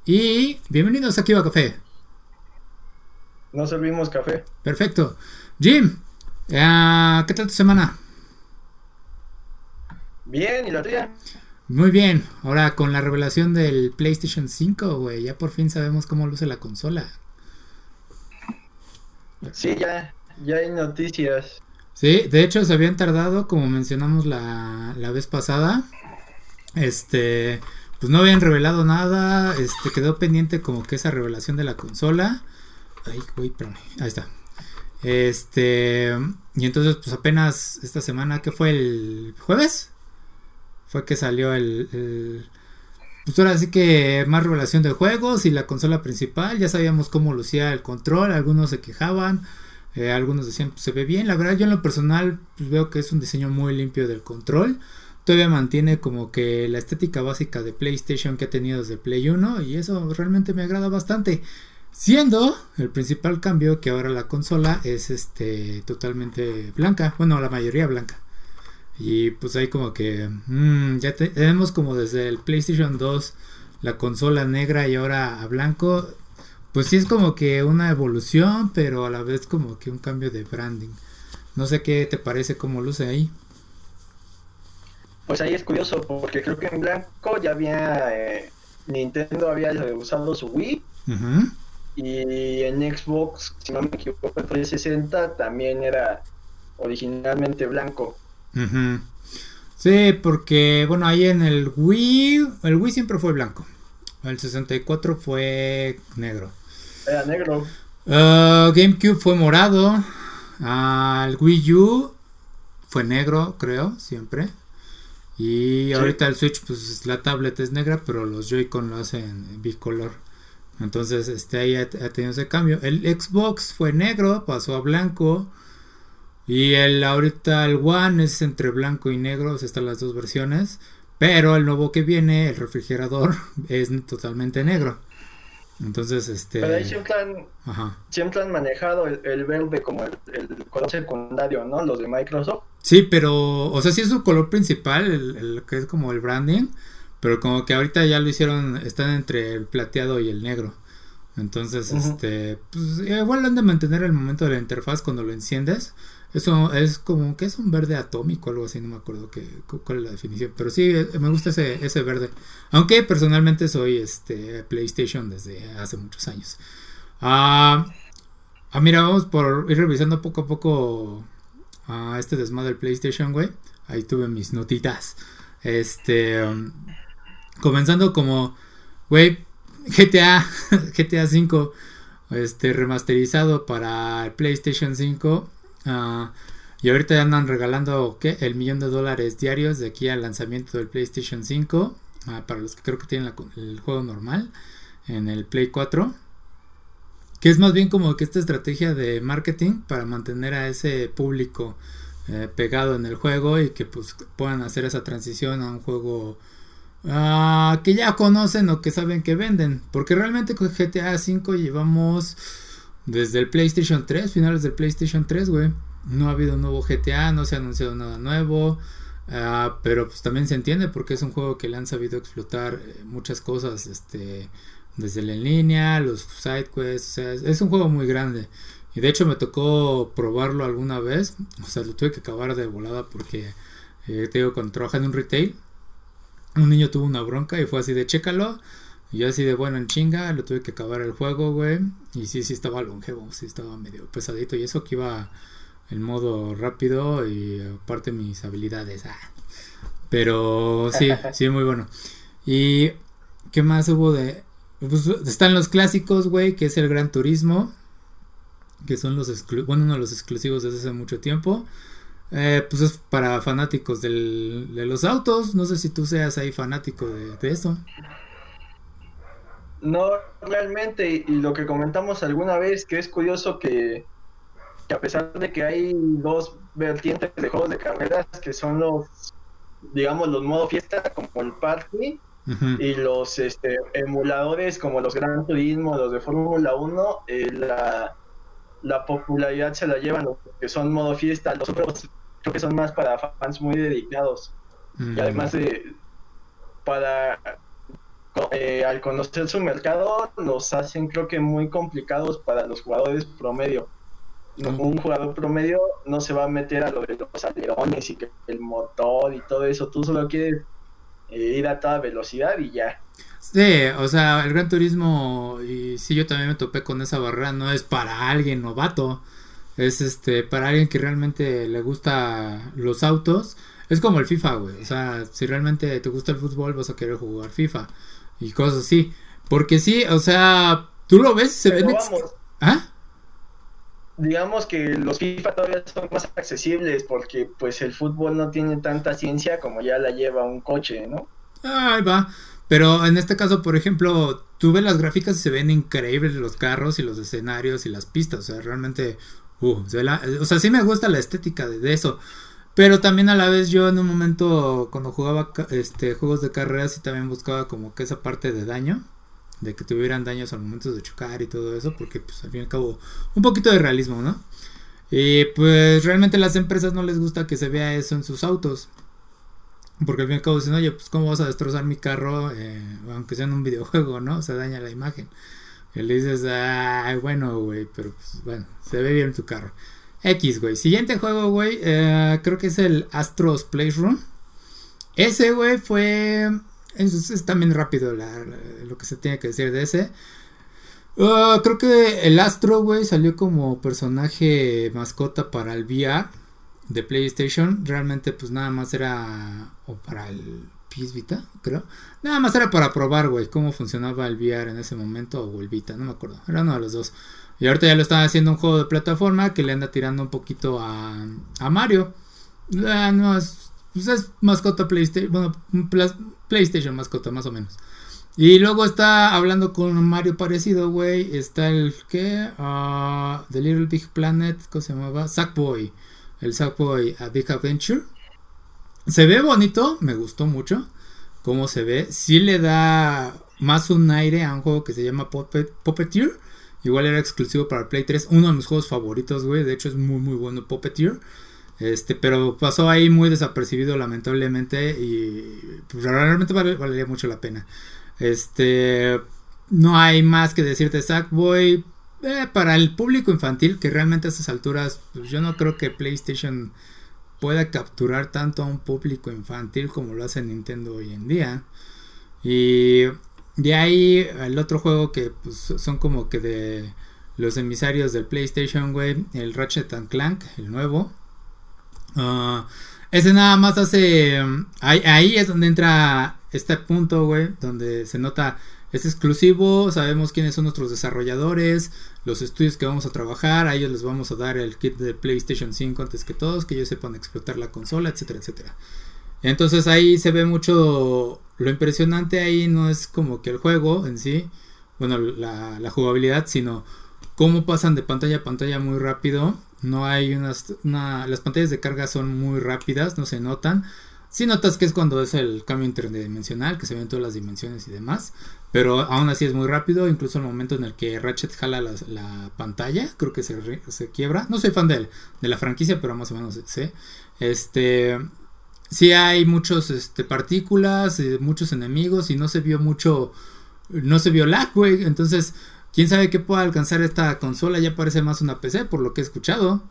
Y bienvenidos aquí a Café. No servimos café. Perfecto. Jim, ¿qué tal tu semana? Bien, ¿y la tuya? Muy bien. Ahora con la revelación del PlayStation 5, güey, ya por fin sabemos cómo luce la consola. Sí, ya hay noticias. Sí, de hecho se habían tardado, como mencionamos la vez pasada. Pues no habían revelado nada. Quedó pendiente como que esa revelación de la consola. Ay, güey, espérame. Ahí está. Y entonces, pues apenas esta semana, ¿qué fue? ¿El jueves? Fue que salió pues ahora sí que más revelación de juegos y la consola principal. Ya sabíamos cómo lucía el control. Algunos se quejaban. Algunos decían, pues se ve bien. La verdad, yo en lo personal pues, veo que es un diseño muy limpio del control. Todavía mantiene como que la estética básica de PlayStation que ha tenido desde Play 1. Y eso realmente me agrada bastante. Siendo el principal cambio que ahora la consola es totalmente blanca. Bueno, la mayoría blanca. Y pues hay como que tenemos como desde el PlayStation 2 la consola negra y ahora a blanco. Pues sí es como que una evolución, pero a la vez como que un cambio de branding. No sé qué te parece cómo luce ahí. Pues ahí es curioso porque creo que en blanco ya Nintendo había usado su Wii. Uh-huh. Y en Xbox, si no me equivoco, el 360 también era originalmente blanco. Uh-huh. Sí, porque bueno, ahí en el Wii siempre fue blanco. El 64 fue negro. Era negro. GameCube fue morado. El Wii U fue negro, creo, siempre. Y Sí. ahorita el Switch, pues la tablet es negra, pero los Joy-Con lo hacen bicolor. Entonces, ahí ha tenido ese cambio. El Xbox fue negro, pasó a blanco. Y ahorita el One es entre blanco y negro, o sea, están las dos versiones. Pero el nuevo que viene, el refrigerador, es totalmente negro. Entonces, Pero ahí Ajá. siempre han manejado el verde como el color secundario, ¿no? Los de Microsoft. Sí, pero, o sea, sí es su color principal, el que es como el branding. Pero como que ahorita ya lo hicieron, están entre el plateado y el negro. Entonces, Uh-huh. pues igual lo han de mantener el momento de la interfaz cuando lo enciendes. Eso es como que es un verde atómico, algo así, no me acuerdo cuál es la definición. Pero sí, me gusta ese verde. Aunque personalmente soy PlayStation desde hace muchos años. Mira, vamos por ir revisando poco a poco este desmadre del PlayStation, güey. Ahí tuve mis notitas. Comenzando como, güey, GTA 5 remasterizado para el PlayStation 5. Y ahorita ya andan regalando ¿qué? El $1,000,000 diarios de aquí al lanzamiento del PlayStation 5. Para los que creo que tienen el juego normal en el Play 4. Que es más bien como que esta estrategia de marketing para mantener a ese público pegado en el juego y que pues puedan hacer esa transición a un juego que ya conocen o que saben que venden. Porque realmente con GTA 5 llevamos desde el PlayStation 3, finales del PlayStation 3, güey. No ha habido un nuevo GTA, no se ha anunciado nada nuevo. Pero pues también se entiende porque es un juego que le han sabido explotar muchas cosas, desde la en línea, los side quests, o sea, es un juego muy grande. Y de hecho me tocó probarlo alguna vez, o sea, lo tuve que acabar de volada porque te digo, cuando trabaja en un retail, un niño tuvo una bronca y fue así de chécalo. Y yo así de bueno en chinga, lo tuve que acabar el juego, güey. Y sí estaba longevo, sí estaba medio pesadito. Y eso que iba en modo rápido y aparte mis habilidades. Pero sí, muy bueno. ¿Y qué más hubo de...? Pues están los clásicos, güey, que es el Gran Turismo. Que son uno de los exclusivos desde hace mucho tiempo. Pues es para fanáticos de los autos. No sé si tú seas ahí fanático de eso. No realmente, y lo que comentamos alguna vez, que es curioso que a pesar de que hay dos vertientes de juegos de carreras, que son digamos, los modo fiesta, como el Party, Uh-huh. y los emuladores como los Gran Turismo, los de Fórmula 1, la popularidad se la llevan los que son modo fiesta. Los otros creo que son más para fans muy dedicados, y Mm. además para al conocer su mercado, los hacen creo que muy complicados para los jugadores promedio. Un jugador promedio no se va a meter a lo de los alerones y que el motor y todo eso. Tú solo quieres ir a toda velocidad y ya. Sí, o sea, el Gran Turismo, y sí, yo también me topé con esa barrera, no es para alguien novato, es para alguien que realmente le gusta los autos, es como el FIFA, güey, o sea, si realmente te gusta el fútbol vas a querer jugar FIFA y cosas así, porque sí, o sea, tú lo ves, se Pero ven... vamos, ¿Ah? digamos que los FIFA todavía son más accesibles porque pues el fútbol no tiene tanta ciencia como ya la lleva un coche, ¿no? Ahí va. Pero en este caso, por ejemplo, tú ves las gráficas y se ven increíbles los carros y los escenarios y las pistas. O sea, realmente, o sea, sí me gusta la estética de eso. Pero también a la vez yo en un momento cuando jugaba juegos de carreras y también buscaba como que esa parte de daño, de que tuvieran daños al momento de chocar y todo eso, porque pues al fin y al cabo un poquito de realismo, ¿no? Y pues realmente a las empresas no les gusta que se vea eso en sus autos. Porque al fin y al cabo dicen, oye, pues cómo vas a destrozar mi carro, aunque sea en un videojuego, ¿no? Se daña la imagen. Y le dices, ay, bueno, güey, pero pues bueno, se ve bien tu carro. X, güey. Siguiente juego, güey, creo que es el Astros Playroom. Ese, güey, es también rápido lo que se tiene que decir de ese. Creo que el Astro, güey, salió como personaje mascota para el VR de PlayStation. Realmente pues nada más era, o para el PS Vita, creo, nada más era para probar, güey, cómo funcionaba el VR en ese momento, o el Vita, no me acuerdo, era uno de los dos. Y ahorita ya lo están haciendo un juego de plataforma que le anda tirando un poquito a Mario. No es, pues es mascota PlayStation, bueno, PlayStation mascota más o menos. Y luego está hablando con un Mario parecido, güey. Está el que The Little Big Planet, ¿cómo se llamaba? Sackboy. El Sackboy A Big Adventure. Se ve bonito, me gustó mucho cómo se ve. Sí le da más un aire a un juego que se llama Puppeteer. Igual era exclusivo para Play 3. Uno de mis juegos favoritos, güey. De hecho es muy muy bueno Puppeteer. Pero pasó ahí muy desapercibido lamentablemente. Y pues realmente valería mucho la pena. No hay más que decirte Sackboy. Para el público infantil, que realmente a estas alturas, pues yo no creo que PlayStation pueda capturar tanto a un público infantil como lo hace Nintendo hoy en día. Y de ahí el otro juego que pues, son como que de los emisarios del PlayStation, güey, el Ratchet and Clank, el nuevo. Ese nada más hace... ahí es donde entra este punto, güey, donde se nota, es exclusivo, sabemos quiénes son nuestros desarrolladores, los estudios que vamos a trabajar, a ellos les vamos a dar el kit de PlayStation 5 antes que todos, que ellos sepan explotar la consola, etcétera, etcétera. Entonces ahí se ve mucho, lo impresionante ahí no es como que el juego en sí, bueno, la jugabilidad, sino cómo pasan de pantalla a pantalla muy rápido. No hay las pantallas de carga son muy rápidas, no se notan. Sí notas que es cuando es el cambio interdimensional, que se ven todas las dimensiones y demás, pero aún así es muy rápido, incluso el momento en el que Ratchet jala la pantalla, creo que se quiebra. No soy fan de la franquicia, pero más o menos sé. Sí hay muchos partículas, muchos enemigos y no se vio lag, güey. Entonces, quién sabe qué pueda alcanzar esta consola, ya parece más una PC por lo que he escuchado.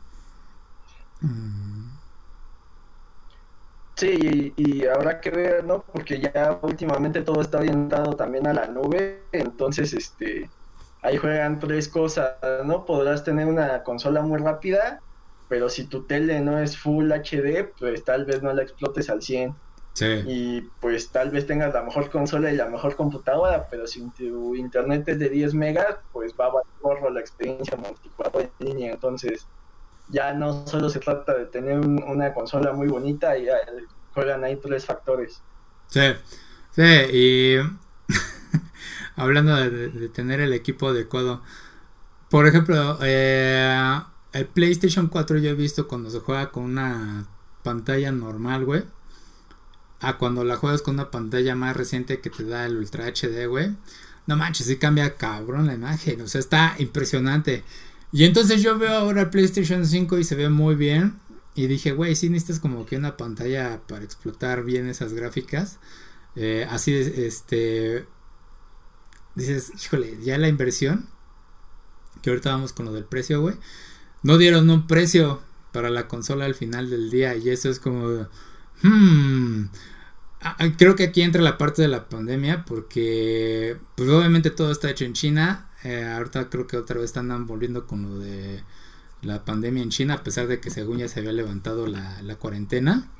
Sí, y habrá que ver, ¿no? Porque ya últimamente todo está orientado también a la nube, entonces ahí juegan tres cosas, ¿no? Podrás tener una consola muy rápida, pero si tu tele no es Full HD, pues tal vez no la explotes al 100. Sí. Y pues tal vez tengas la mejor consola y la mejor computadora, pero si tu internet es de 10 megas, pues va a valer la experiencia multijugador en línea. Entonces ya no solo se trata de tener una consola muy bonita, y juegan ahí tres factores. Sí, sí, y hablando de tener el equipo adecuado, por ejemplo, el PlayStation 4 yo he visto cuando se juega con una pantalla normal, güey, a cuando la juegas con una pantalla más reciente que te da el Ultra HD, güey. No manches, sí cambia cabrón la imagen, o sea, está impresionante. Y entonces yo veo ahora el PlayStation 5 y se ve muy bien. Y dije, güey, sí necesitas como que una pantalla para explotar bien esas gráficas. Así dices, híjole, ya la inversión, que ahorita vamos con lo del precio, güey, no dieron un precio para la consola al final del día, y eso es como, creo que aquí entra la parte de la pandemia, porque pues obviamente todo está hecho en China. Ahorita creo que otra vez están volviendo con lo de la pandemia en China, a pesar de que según ya se había levantado la cuarentena.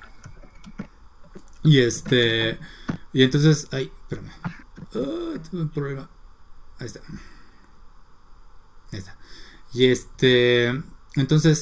Y y entonces, ay, espérame, tuve un problema. Ahí está. Y entonces,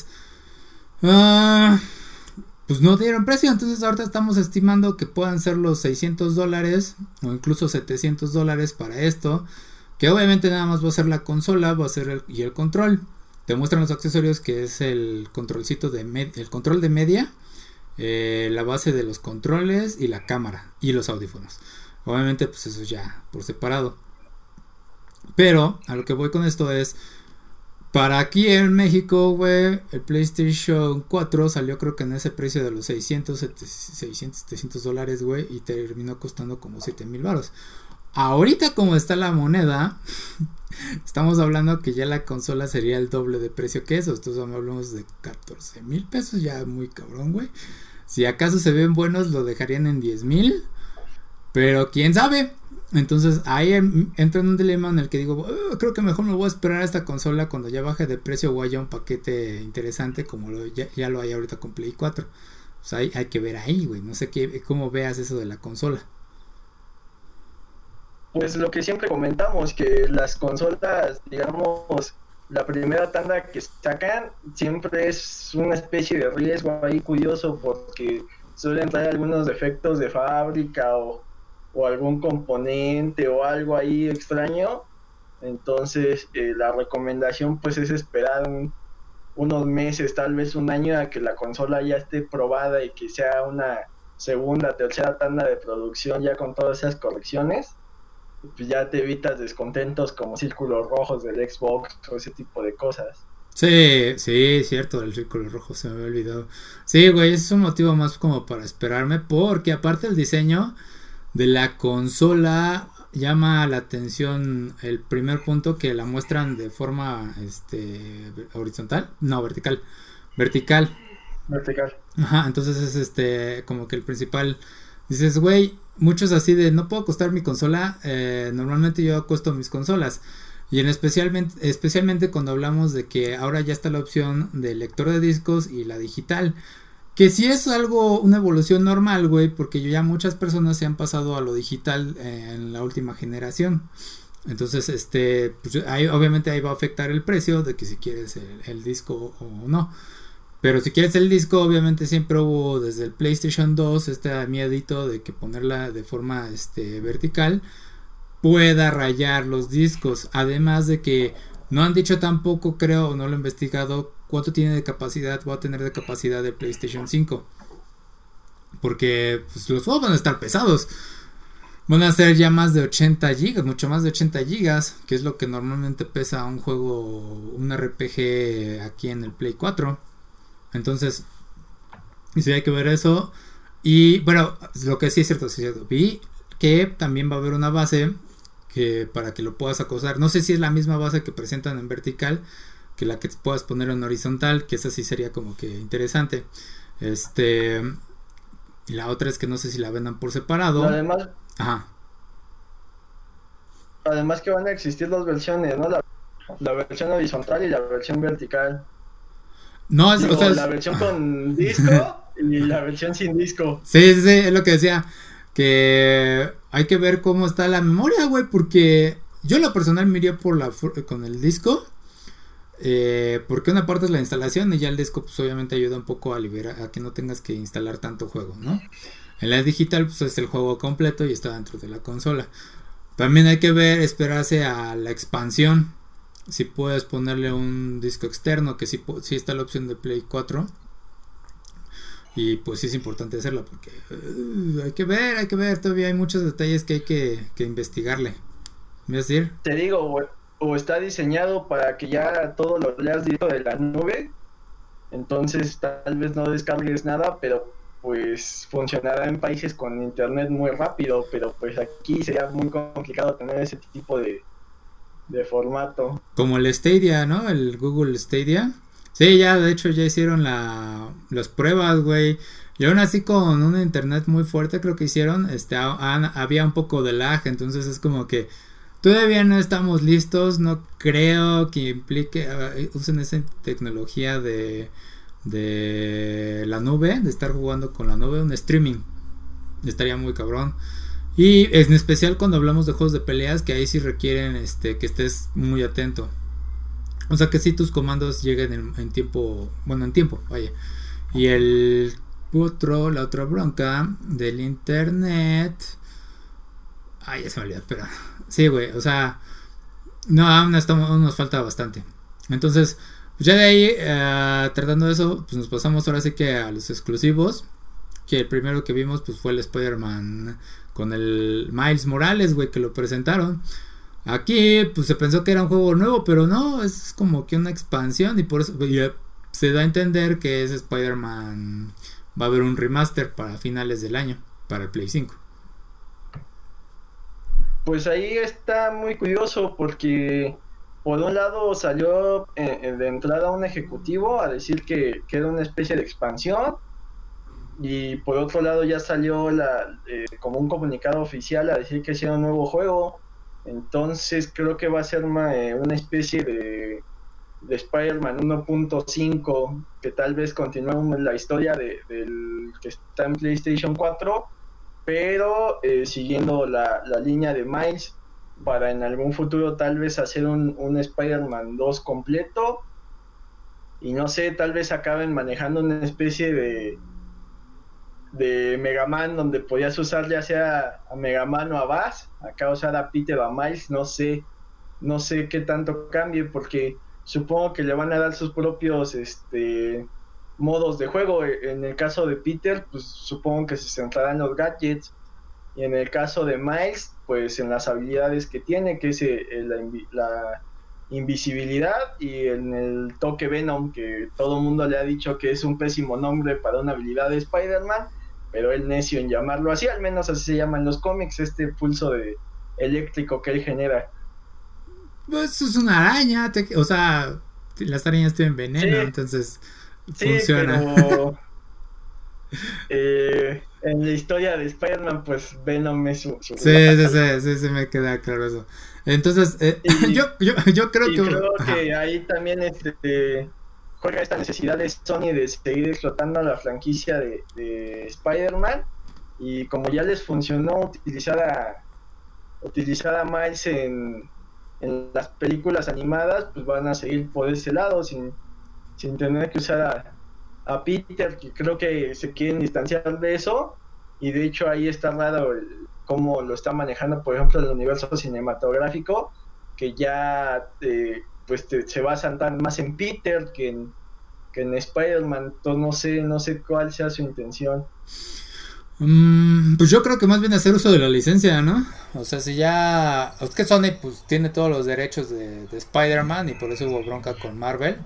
pues no dieron precio. Entonces ahorita estamos estimando que puedan ser los $600 o incluso $700 para esto, que obviamente nada más va a ser la consola, va a ser el control. Te muestran los accesorios, que es el controlcito el control de media, la base de los controles y la cámara y los audífonos. Obviamente pues eso ya por separado. Pero a lo que voy con esto es, para aquí en México, güey, el PlayStation 4 salió creo que en ese precio de los 600, 700 dólares, güey, y terminó costando como 7,000 baros. Ahorita como está la moneda, estamos hablando que ya la consola sería el doble de precio que eso. Entonces hablamos de 14,000 pesos, ya muy cabrón, güey. Si acaso se ven buenos, lo dejarían en 10,000, pero quién sabe. Entonces ahí entro en un dilema en el que digo, creo que mejor me voy a esperar a esta consola cuando ya baje de precio o haya un paquete interesante como ya lo hay ahorita con Play 4. Pues hay que ver ahí, güey. No sé cómo veas eso de la consola. Pues lo que siempre comentamos, que las consolas, digamos, la primera tanda que sacan siempre es una especie de riesgo ahí curioso, porque suelen traer algunos defectos de fábrica o algún componente o algo ahí extraño. Entonces la recomendación pues es esperar unos meses, tal vez un año, a que la consola ya esté probada y que sea una segunda, tercera tanda de producción ya con todas esas correcciones. Pues ya te evitas descontentos como círculos rojos del Xbox o ese tipo de cosas. Sí, cierto, el círculo rojo se me había olvidado. Sí, güey, ese es un motivo más como para esperarme, porque aparte el diseño de la consola llama la atención. El primer punto, que la muestran de forma horizontal, no, vertical. Ajá, entonces es como que el principal. Dices, güey, muchos así de no puedo acostar mi consola. Normalmente yo acuesto mis consolas. Y especialmente cuando hablamos de que ahora ya está la opción del lector de discos y la digital. Que sí es una evolución normal, güey, porque ya muchas personas se han pasado a lo digital en la última generación. Entonces, pues obviamente ahí va a afectar el precio de que si quieres el disco o no. Pero si quieres el disco, obviamente siempre hubo desde el PlayStation 2 miedito de que ponerla de forma vertical pueda rayar los discos. Además de que no han dicho tampoco, creo, o no lo he investigado, cuánto tiene de capacidad, va a tener de capacidad de PlayStation 5. Porque pues, los juegos van a estar pesados. Van a ser ya más de 80 gigas, mucho más de 80 gigas, que es lo que normalmente pesa un juego, un RPG aquí en el Play 4. Entonces, sí hay que ver eso. Y bueno, lo que sí es cierto, vi que también va a haber una base para que lo puedas acostar. No sé si es la misma base que presentan en vertical que la que puedas poner en horizontal, que esa sí sería como que interesante. Y la otra es que no sé si la vendan por separado. Además, además que van a existir dos versiones, ¿no? La versión horizontal y la versión vertical. No, la versión con disco y la versión sin disco. Sí, es lo que decía. Que hay que ver cómo está la memoria, güey, porque yo lo personal me iría con el disco, porque una parte es la instalación y ya el disco pues obviamente ayuda un poco a liberar, a que no tengas que instalar tanto juego, ¿no? En la digital pues es el juego completo y está dentro de la consola. También hay que esperarse a la expansión, si puedes ponerle un disco externo, que sí está la opción de Play 4. Y pues sí es importante hacerlo porque hay que ver, todavía hay muchos detalles que hay que investigarle. ¿Me vas a decir? Te digo, o está diseñado para que ya todo lo leas directo de la nube, entonces tal vez no descargues nada, pero pues funcionará en países con internet muy rápido, pero pues aquí sería muy complicado tener ese tipo de formato. Como el Stadia, ¿no? El Google Stadia. Sí, ya, de hecho, ya hicieron las pruebas, güey. Y aún así con un internet muy fuerte creo que hicieron, había un poco de lag, entonces es como que todavía no estamos listos, no creo que implique, usen esa tecnología de la nube, de estar jugando con la nube, un streaming, estaría muy cabrón. Y en especial cuando hablamos de juegos de peleas, que ahí sí requieren que estés muy atento. O sea que si tus comandos lleguen en tiempo, bueno, en tiempo, vaya. Y la otra bronca del internet. Ay, ya se me olvidó, pero sí, güey, o sea, no, aún nos falta bastante. Entonces, pues ya de ahí, tratando de eso, pues nos pasamos ahora sí que a los exclusivos. Que el primero que vimos pues fue el Spider-Man con el Miles Morales, güey, que lo presentaron. Aquí pues se pensó que era un juego nuevo, pero no, es como que una expansión y por eso se da a entender que ese Spider-Man va a haber un remaster para finales del año, para el Play 5. Pues ahí está muy curioso porque por un lado salió de entrada un ejecutivo a decir que era una especie de expansión, y por otro lado ya salió como un comunicado oficial a decir que era un nuevo juego. Entonces creo que va a ser una especie de Spider-Man 1.5, que tal vez continúe la historia del que está en PlayStation 4, pero siguiendo la línea de Miles, para en algún futuro tal vez hacer un Spider-Man 2 completo, y no sé, tal vez acaben manejando una especie de Mega Man, donde podías usar ya sea a Mega Man o a Bass, acá usar a Peter o a Miles, no sé qué tanto cambie, porque supongo que le van a dar sus propios modos de juego. En el caso de Peter, pues supongo que se centrará en los gadgets, y en el caso de Miles, pues en las habilidades que tiene, que es la invisibilidad, y en el toque Venom, que todo el mundo le ha dicho que es un pésimo nombre para una habilidad de Spider-Man, pero él necio en llamarlo así, al menos así se llama en los cómics, este pulso eléctrico que él genera. Pues es una araña, o sea, las arañas tienen veneno, Sí, entonces sí, funciona. pero en la historia de Spider-Man, pues Venom es su Sí, rival. sí, me queda claro eso. Entonces, Y, yo creo y que... creo Ajá. que ahí también juega esta necesidad de Sony de seguir explotando la franquicia de Spider-Man, y como ya les funcionó utilizar a Miles en las películas animadas, pues van a seguir por ese lado sin tener que usar a Peter, que creo que se quieren distanciar de eso, y de hecho ahí está raro cómo lo está manejando, por ejemplo, el universo cinematográfico, que ya pues se basan tan más en Peter que en Spider-Man. Entonces no sé cuál sea su intención. Pues yo creo que más bien hacer uso de la licencia, ¿no? O sea, si ya... Es que Sony pues tiene todos los derechos de Spider-Man y por eso hubo bronca con Marvel.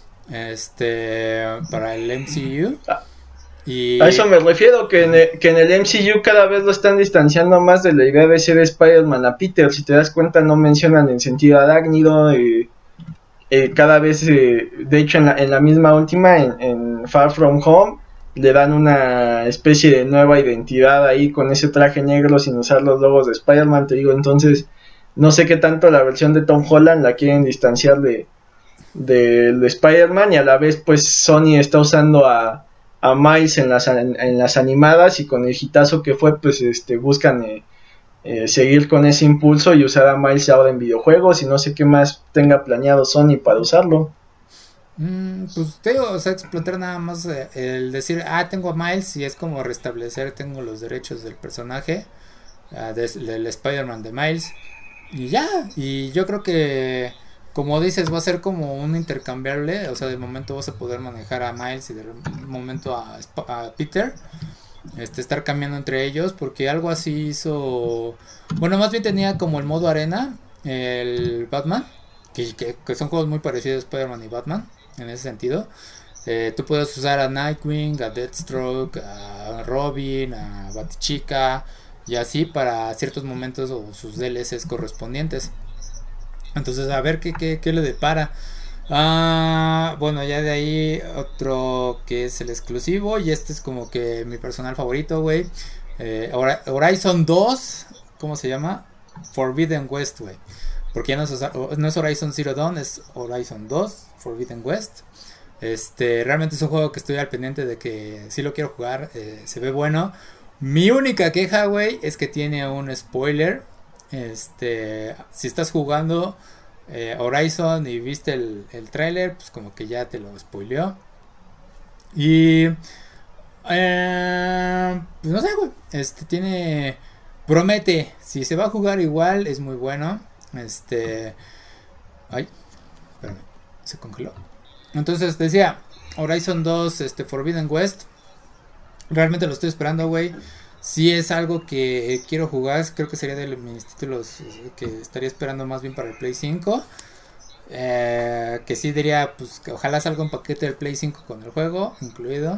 Para el MCU. A eso Y... me refiero, que en el MCU cada vez lo están distanciando más de la idea de ser Spider-Man a Peter. Si te das cuenta, no mencionan el sentido arácnido. Cada vez, de hecho, en la misma última, en Far From Home, le dan una especie de nueva identidad ahí con ese traje negro sin usar los logos de Spider-Man, te digo. Entonces, no sé qué tanto la versión de Tom Holland la quieren distanciar de Spider-Man, y a la vez pues Sony está usando a Miles en las animadas, y con el hitazo que fue pues buscan seguir con ese impulso y usar a Miles ahora en videojuegos, y no sé qué más tenga planeado Sony para usarlo. Pues te digo, o sea, explotar nada más el decir, tengo a Miles y es como restablecer, tengo los derechos del personaje, del Spider-Man de Miles. Y ya, y yo creo que, como dices, va a ser como un intercambiable, o sea, de momento vas a poder manejar a Miles y de momento a Peter, estar cambiando entre ellos, porque algo así hizo, bueno, más bien tenía como el modo arena, el Batman, que son juegos muy parecidos, Spider-Man y Batman, en ese sentido. Tú puedes usar a Nightwing, a Deathstroke, a a Robin, a Batichica y así para ciertos momentos o sus DLCs correspondientes. Entonces a ver qué le depara. Bueno, ya de ahí otro que es el exclusivo y este es como que mi personal favorito, güey. Horizon 2, ¿cómo se llama? Forbidden West, güey. Porque ya no es Horizon Zero Dawn, es Horizon 2, Forbidden West. Realmente es un juego que estoy al pendiente de que sí lo quiero jugar, se ve bueno. Mi única queja, güey, es que tiene un spoiler. Si estás jugando Horizon y viste el tráiler, pues como que ya te lo spoileó. Y pues no sé, güey. Promete. Si se va a jugar igual, es muy bueno. Ay, espérame, se congeló. Entonces decía, Horizon 2, Forbidden West. Realmente lo estoy esperando, güey. Si es algo que quiero jugar, creo que sería de mis títulos que estaría esperando más bien para el Play 5. Que sí diría, pues que ojalá salga un paquete del Play 5 con el juego incluido.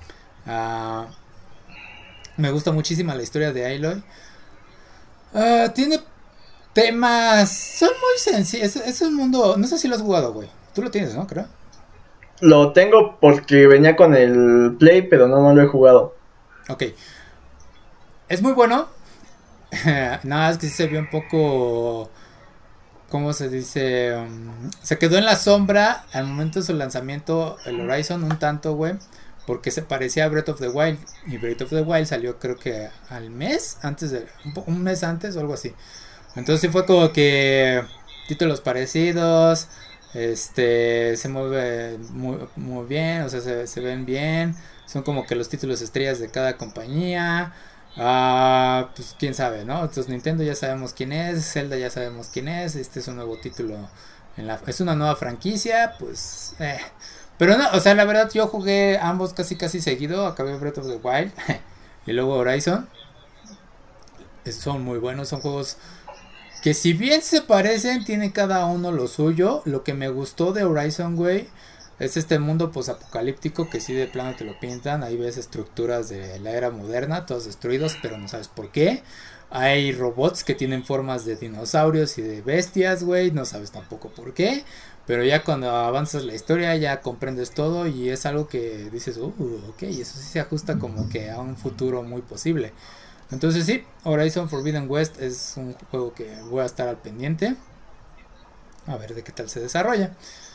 Me gusta muchísimo la historia de Aloy. Tiene temas, son muy sencillos. Es un mundo, no sé si lo has jugado, güey. Tú lo tienes, ¿no? Creo. Lo tengo porque venía con el Play, pero no lo he jugado. Ok. Es muy bueno. Nada más que sí se vio un poco, ¿cómo se dice? Se quedó en la sombra al momento de su lanzamiento el Horizon un tanto, güey. Porque se parecía a Breath of the Wild. Y Breath of the Wild salió creo que al mes, un mes antes o algo así. Entonces sí fue como que títulos parecidos. Se mueve muy bien, o sea, se ven bien. Son como que los títulos estrellas de cada compañía. Pues quién sabe, ¿no? Entonces Nintendo ya sabemos quién es, Zelda ya sabemos quién es. Este es un nuevo título es una nueva franquicia, pues pero no, o sea, la verdad yo jugué ambos casi seguido. Acabé Breath of the Wild y luego Horizon. Son muy buenos, son juegos que si bien se parecen, tiene cada uno lo suyo. Lo que me gustó de Horizon, güey, es este mundo posapocalíptico que sí de plano te lo pintan. Ahí ves estructuras de la era moderna, todos destruidos, pero no sabes por qué. Hay robots que tienen formas de dinosaurios y de bestias, güey, no sabes tampoco por qué. Pero ya cuando avanzas la historia ya comprendes todo y es algo que dices, ok, eso sí se ajusta como que a un futuro muy posible. Entonces sí, Horizon Forbidden West es un juego que voy a estar al pendiente. A ver de qué tal se desarrolla.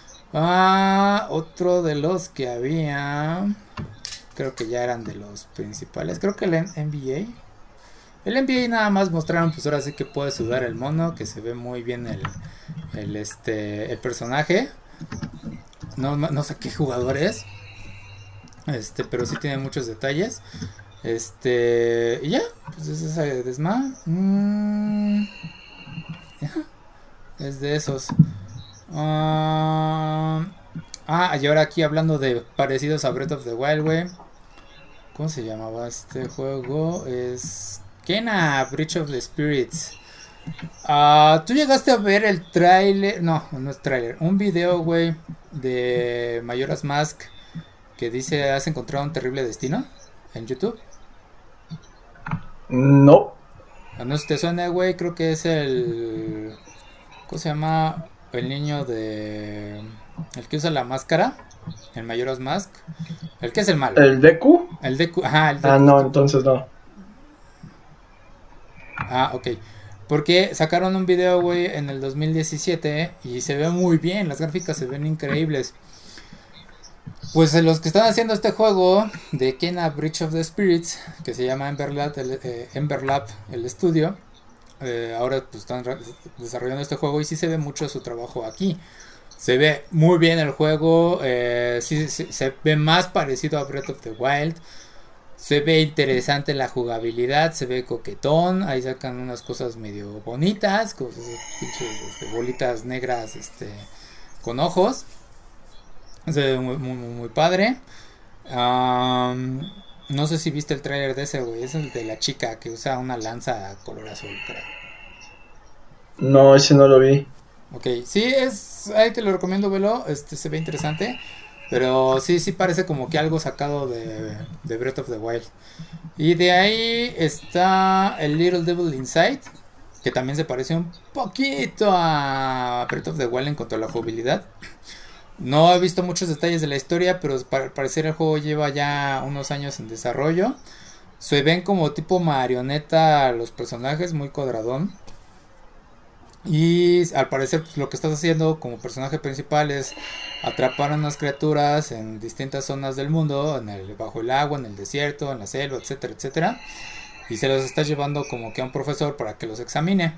Otro de los que había, creo que ya eran de los principales. Creo que el NBA. El NBA nada más mostraron, pues ahora sí que puede sudar el mono, que se ve muy bien el personaje. No sé qué jugador es. Pero sí tiene muchos detalles. Y ya, pues es esa desma. Es de esos. Y ahora aquí hablando de parecidos a Breath of the Wild, güey. ¿Cómo se llamaba este juego? Es Kena Bridge of the Spirits. ¿Tú llegaste a ver el tráiler? No es tráiler. Un video, güey, de Majora's Mask que dice: ¿has encontrado un terrible destino? En YouTube. No. No sé si te suena, güey. Creo que es ¿cómo se llama? El niño de... el que usa la máscara en Majora's Mask. El que es el malo. ¿El Deku? El Deku, ajá, el Deku. No, entonces no. Ok. Porque sacaron un video, güey, en el 2017 y se ve muy bien, las gráficas se ven increíbles. Pues los que están haciendo este juego de Kena Bridge of the Spirits, que se llama Ember Lab, el estudio, ahora pues están desarrollando este juego y sí se ve mucho su trabajo aquí. Se ve muy bien el juego, sí, se ve más parecido a Breath of the Wild. Se ve interesante la jugabilidad, se ve coquetón, ahí sacan unas cosas medio bonitas, cosas pinches bolitas negras con ojos. Se ve muy padre. No sé si viste el trailer de ese, güey, es el de la chica que usa una lanza color azul, creo. No, ese no lo vi. Ok, sí, ahí te lo recomiendo, velo, se ve interesante. Pero sí, sí parece como que algo sacado de Breath of the Wild. Y de ahí está el Little Devil Inside, que también se parece un poquito a Breath of the Wild en cuanto a la jugabilidad. No he visto muchos detalles de la historia, pero al parecer el juego lleva ya unos años en desarrollo. Se ven como tipo marioneta los personajes, muy cuadradón. Y al parecer pues, lo que estás haciendo como personaje principal es atrapar a unas criaturas en distintas zonas del mundo, bajo el agua, en el desierto, en la selva, etcétera, etcétera. Y se los estás llevando como que a un profesor para que los examine.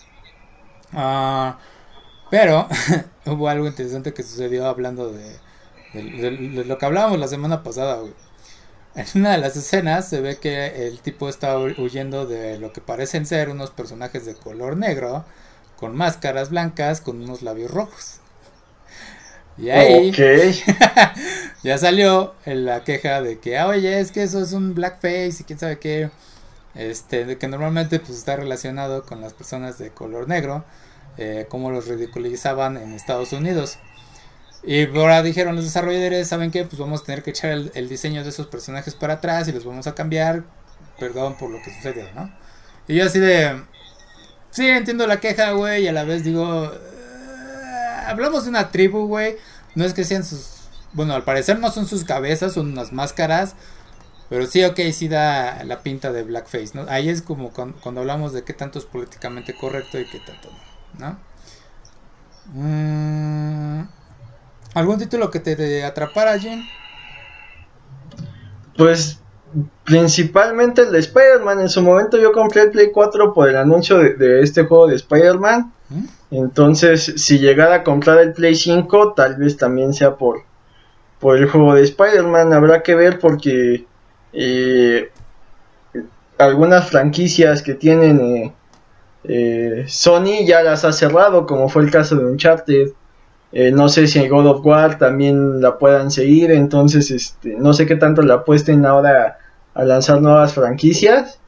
Pero hubo algo interesante que sucedió hablando de lo que hablábamos la semana pasada, güey. En una de las escenas se ve que el tipo está huyendo de lo que parecen ser unos personajes de color negro, con máscaras blancas, con unos labios rojos. Y ahí Ok. ya salió la queja de que, oye, es que eso es un blackface y quién sabe qué. De que normalmente pues está relacionado con las personas de color negro, como los ridiculizaban en Estados Unidos. Y ahora dijeron los desarrolladores, ¿saben qué? Pues vamos a tener que echar el diseño de esos personajes para atrás y los vamos a cambiar. Perdón por lo que sucedió, ¿no? Y yo así de... Sí, entiendo la queja, güey, y a la vez digo... hablamos de una tribu, güey. No es que sean sus... Bueno, al parecer no son sus cabezas, son unas máscaras. Pero sí, ok, sí da la pinta de blackface, ¿no? Ahí es como cuando hablamos de qué tanto es políticamente correcto y qué tanto no, ¿no? ¿Algún título que te atrapara, Jim? Pues principalmente el de Spider-Man. En su momento yo compré el Play 4 por el anuncio de este juego de Spider-Man. ¿Mm? Entonces, si llegara a comprar el Play 5, tal vez también sea por el juego de Spider-Man. Habrá que ver porque algunas franquicias que tienen Sony ya las ha cerrado, como fue el caso de Uncharted. No sé si en God of War también la puedan seguir, entonces no sé qué tanto le apuesten ahora a lanzar nuevas franquicias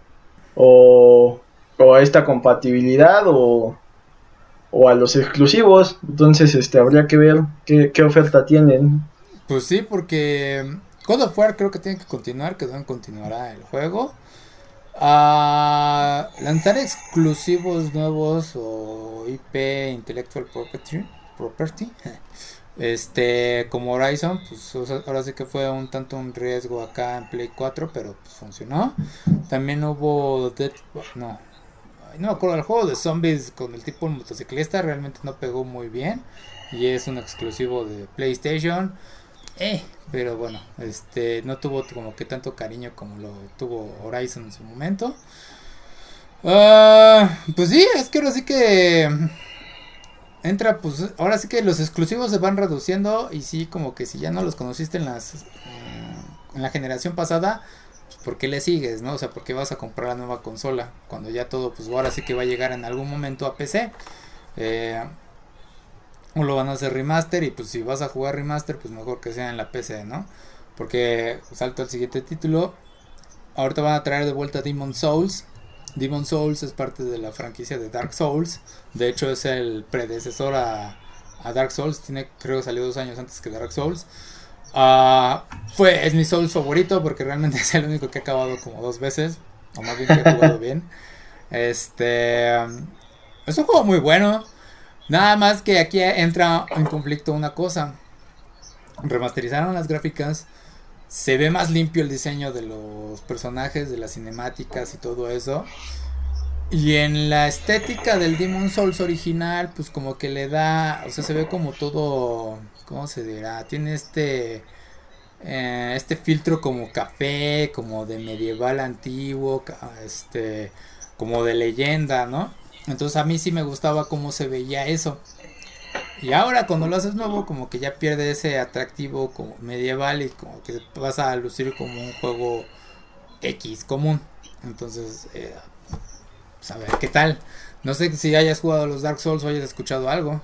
o a esta compatibilidad o a los exclusivos. Entonces habría que ver qué oferta tienen. Pues sí, porque God of War creo que tiene que continuar, que no continuará el juego. Lanzar exclusivos nuevos o IP, Intellectual Property como Horizon, pues ahora sí que fue un tanto un riesgo acá en Play 4, pero pues funcionó. También hubo no me acuerdo, el juego de zombies con el tipo motociclista realmente no pegó muy bien y es un exclusivo de PlayStation. Pero bueno, no tuvo como que tanto cariño como lo tuvo Horizon en su momento. Pues sí, es que ahora sí que entra, pues ahora sí que los exclusivos se van reduciendo y sí, como que si ya no los conociste en la generación pasada, pues ¿por qué le sigues, no? O sea, ¿por qué vas a comprar la nueva consola cuando ya todo, pues ahora sí que va a llegar en algún momento a PC? O lo van a hacer remaster y pues si vas a jugar remaster, pues mejor que sea en la PC, ¿no? Porque salto al siguiente título. Ahorita van a traer de vuelta Demon's Souls. Demon's Souls es parte de la franquicia de Dark Souls. De hecho es el predecesor a Dark Souls. Creo que salió 2 años antes que Dark Souls. Es mi Souls favorito porque realmente es el único que he acabado como 2 veces. O más bien que he jugado bien. Es un juego muy bueno. Nada más que aquí entra en conflicto una cosa. Remasterizaron las gráficas. Se ve más limpio el diseño de los personajes, de las cinemáticas y todo eso. Y en la estética del Demon's Souls original, pues como que le da, o sea, se ve como todo, ¿cómo se dirá? Tiene este filtro como café, como de medieval antiguo, como de leyenda, ¿no? Entonces a mí sí me gustaba cómo se veía eso. Y ahora cuando lo haces nuevo, como que ya pierde ese atractivo como medieval y como que vas a lucir como un juego X común. Entonces, pues a ver qué tal. No sé si hayas jugado los Dark Souls o hayas escuchado algo.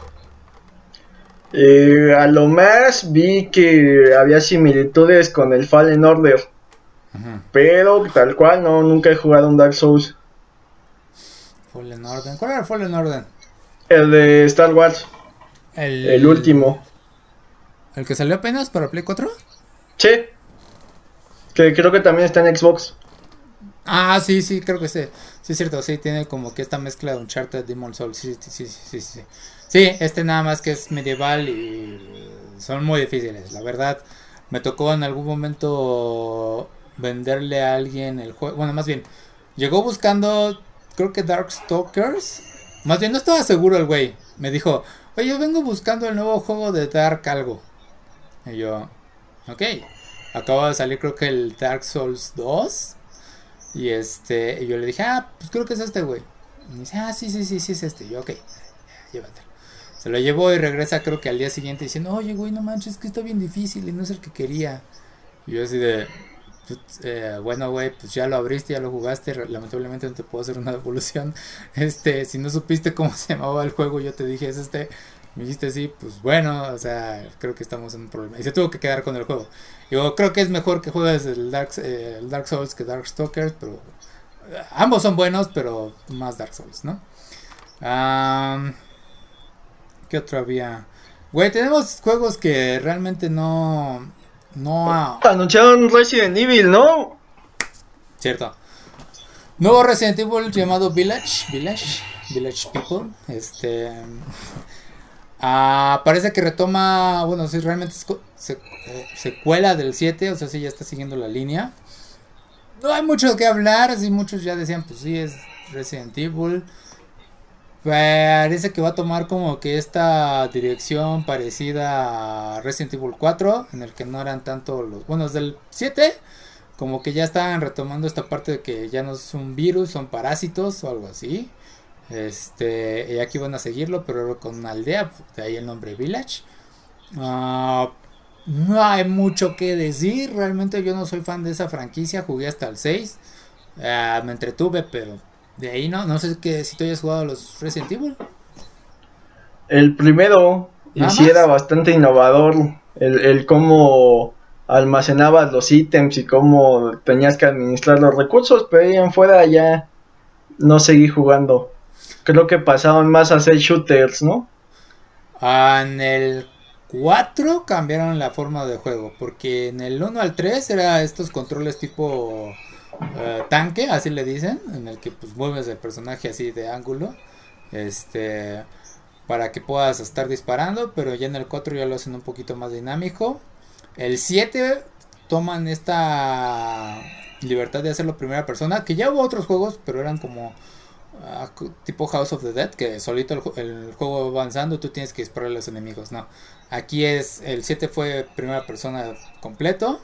A lo más vi que había similitudes con el Fallen Order, pero tal cual no, nunca he jugado un Dark Souls. Fallen Order. ¿Cuál era Fallen Order? El de Star Wars. El último. ¿El que salió apenas para Play 4? Sí, que creo que también está en Xbox. Ah, sí, sí, creo que sí. Sí, es cierto, sí, tiene como que esta mezcla de Uncharted, Demon's Souls. Sí, sí, sí, sí, sí. Sí, este nada más que es medieval y son muy difíciles, la verdad. Me tocó en algún momento venderle a alguien el juego. Bueno, más bien, llegó buscando, creo que Darkstalkers. Más bien, no estaba seguro el güey. Me dijo, oye, yo vengo buscando el nuevo juego de Dark algo. Y yo, ok. Acaba de salir creo que el Dark Souls 2. Y yo le dije, ah, pues creo que es este, güey. Y me dice, ah, sí, sí, sí, sí, es este. Y yo, ok, llévatelo. Se lo llevó y regresa creo que al día siguiente diciendo, oye, güey, no manches, es que está bien difícil y no es el que quería. Y yo así de, pues, bueno, güey, pues ya lo abriste, ya lo jugaste, lamentablemente no te puedo hacer una devolución. Si no supiste cómo se llamaba el juego, yo te dije, es este. Me dijiste sí, pues bueno, o sea, creo que estamos en un problema. Y se tuvo que quedar con el juego. Yo creo que es mejor que juegues el Dark Souls que Darkstalkers, pero ambos son buenos, pero más Dark Souls, ¿no? ¿Qué otro había? Güey, tenemos juegos que realmente no. Anunciaron Resident Evil, ¿no? Cierto. Nuevo Resident Evil llamado Village People. Parece que retoma, bueno, sí, realmente es secuela del 7, o sea, sí, ya está siguiendo la línea. No hay mucho que hablar, así muchos ya decían, pues sí, es Resident Evil. Parece que va a tomar como que esta dirección parecida a Resident Evil 4, en el que no eran tanto los buenos del 7, como que ya estaban retomando esta parte de que ya no es un virus, son parásitos o algo así. Y aquí van a seguirlo, pero con una aldea, de ahí el nombre Village. No hay mucho que decir, realmente yo no soy fan de esa franquicia, jugué hasta el 6. Me entretuve, pero de ahí no sé si tú hayas jugado los Resident Evil. El primero, y sí era bastante innovador, el cómo almacenabas los ítems y cómo tenías que administrar los recursos, pero ahí en fuera ya no seguí jugando. Creo que pasaron más a ser shooters, ¿no? En el 4 cambiaron la forma de juego, porque en el 1 al 3 era estos controles tipo tanque, así le dicen, en el que pues mueves el personaje así de ángulo, para que puedas estar disparando, pero ya en el 4 ya lo hacen un poquito más dinámico. El 7 toman esta libertad de hacerlo primera persona, que ya hubo otros juegos, pero eran como tipo House of the Dead, que solito el juego va avanzando y tú tienes que disparar a los enemigos. No, aquí el 7 fue primera persona completo.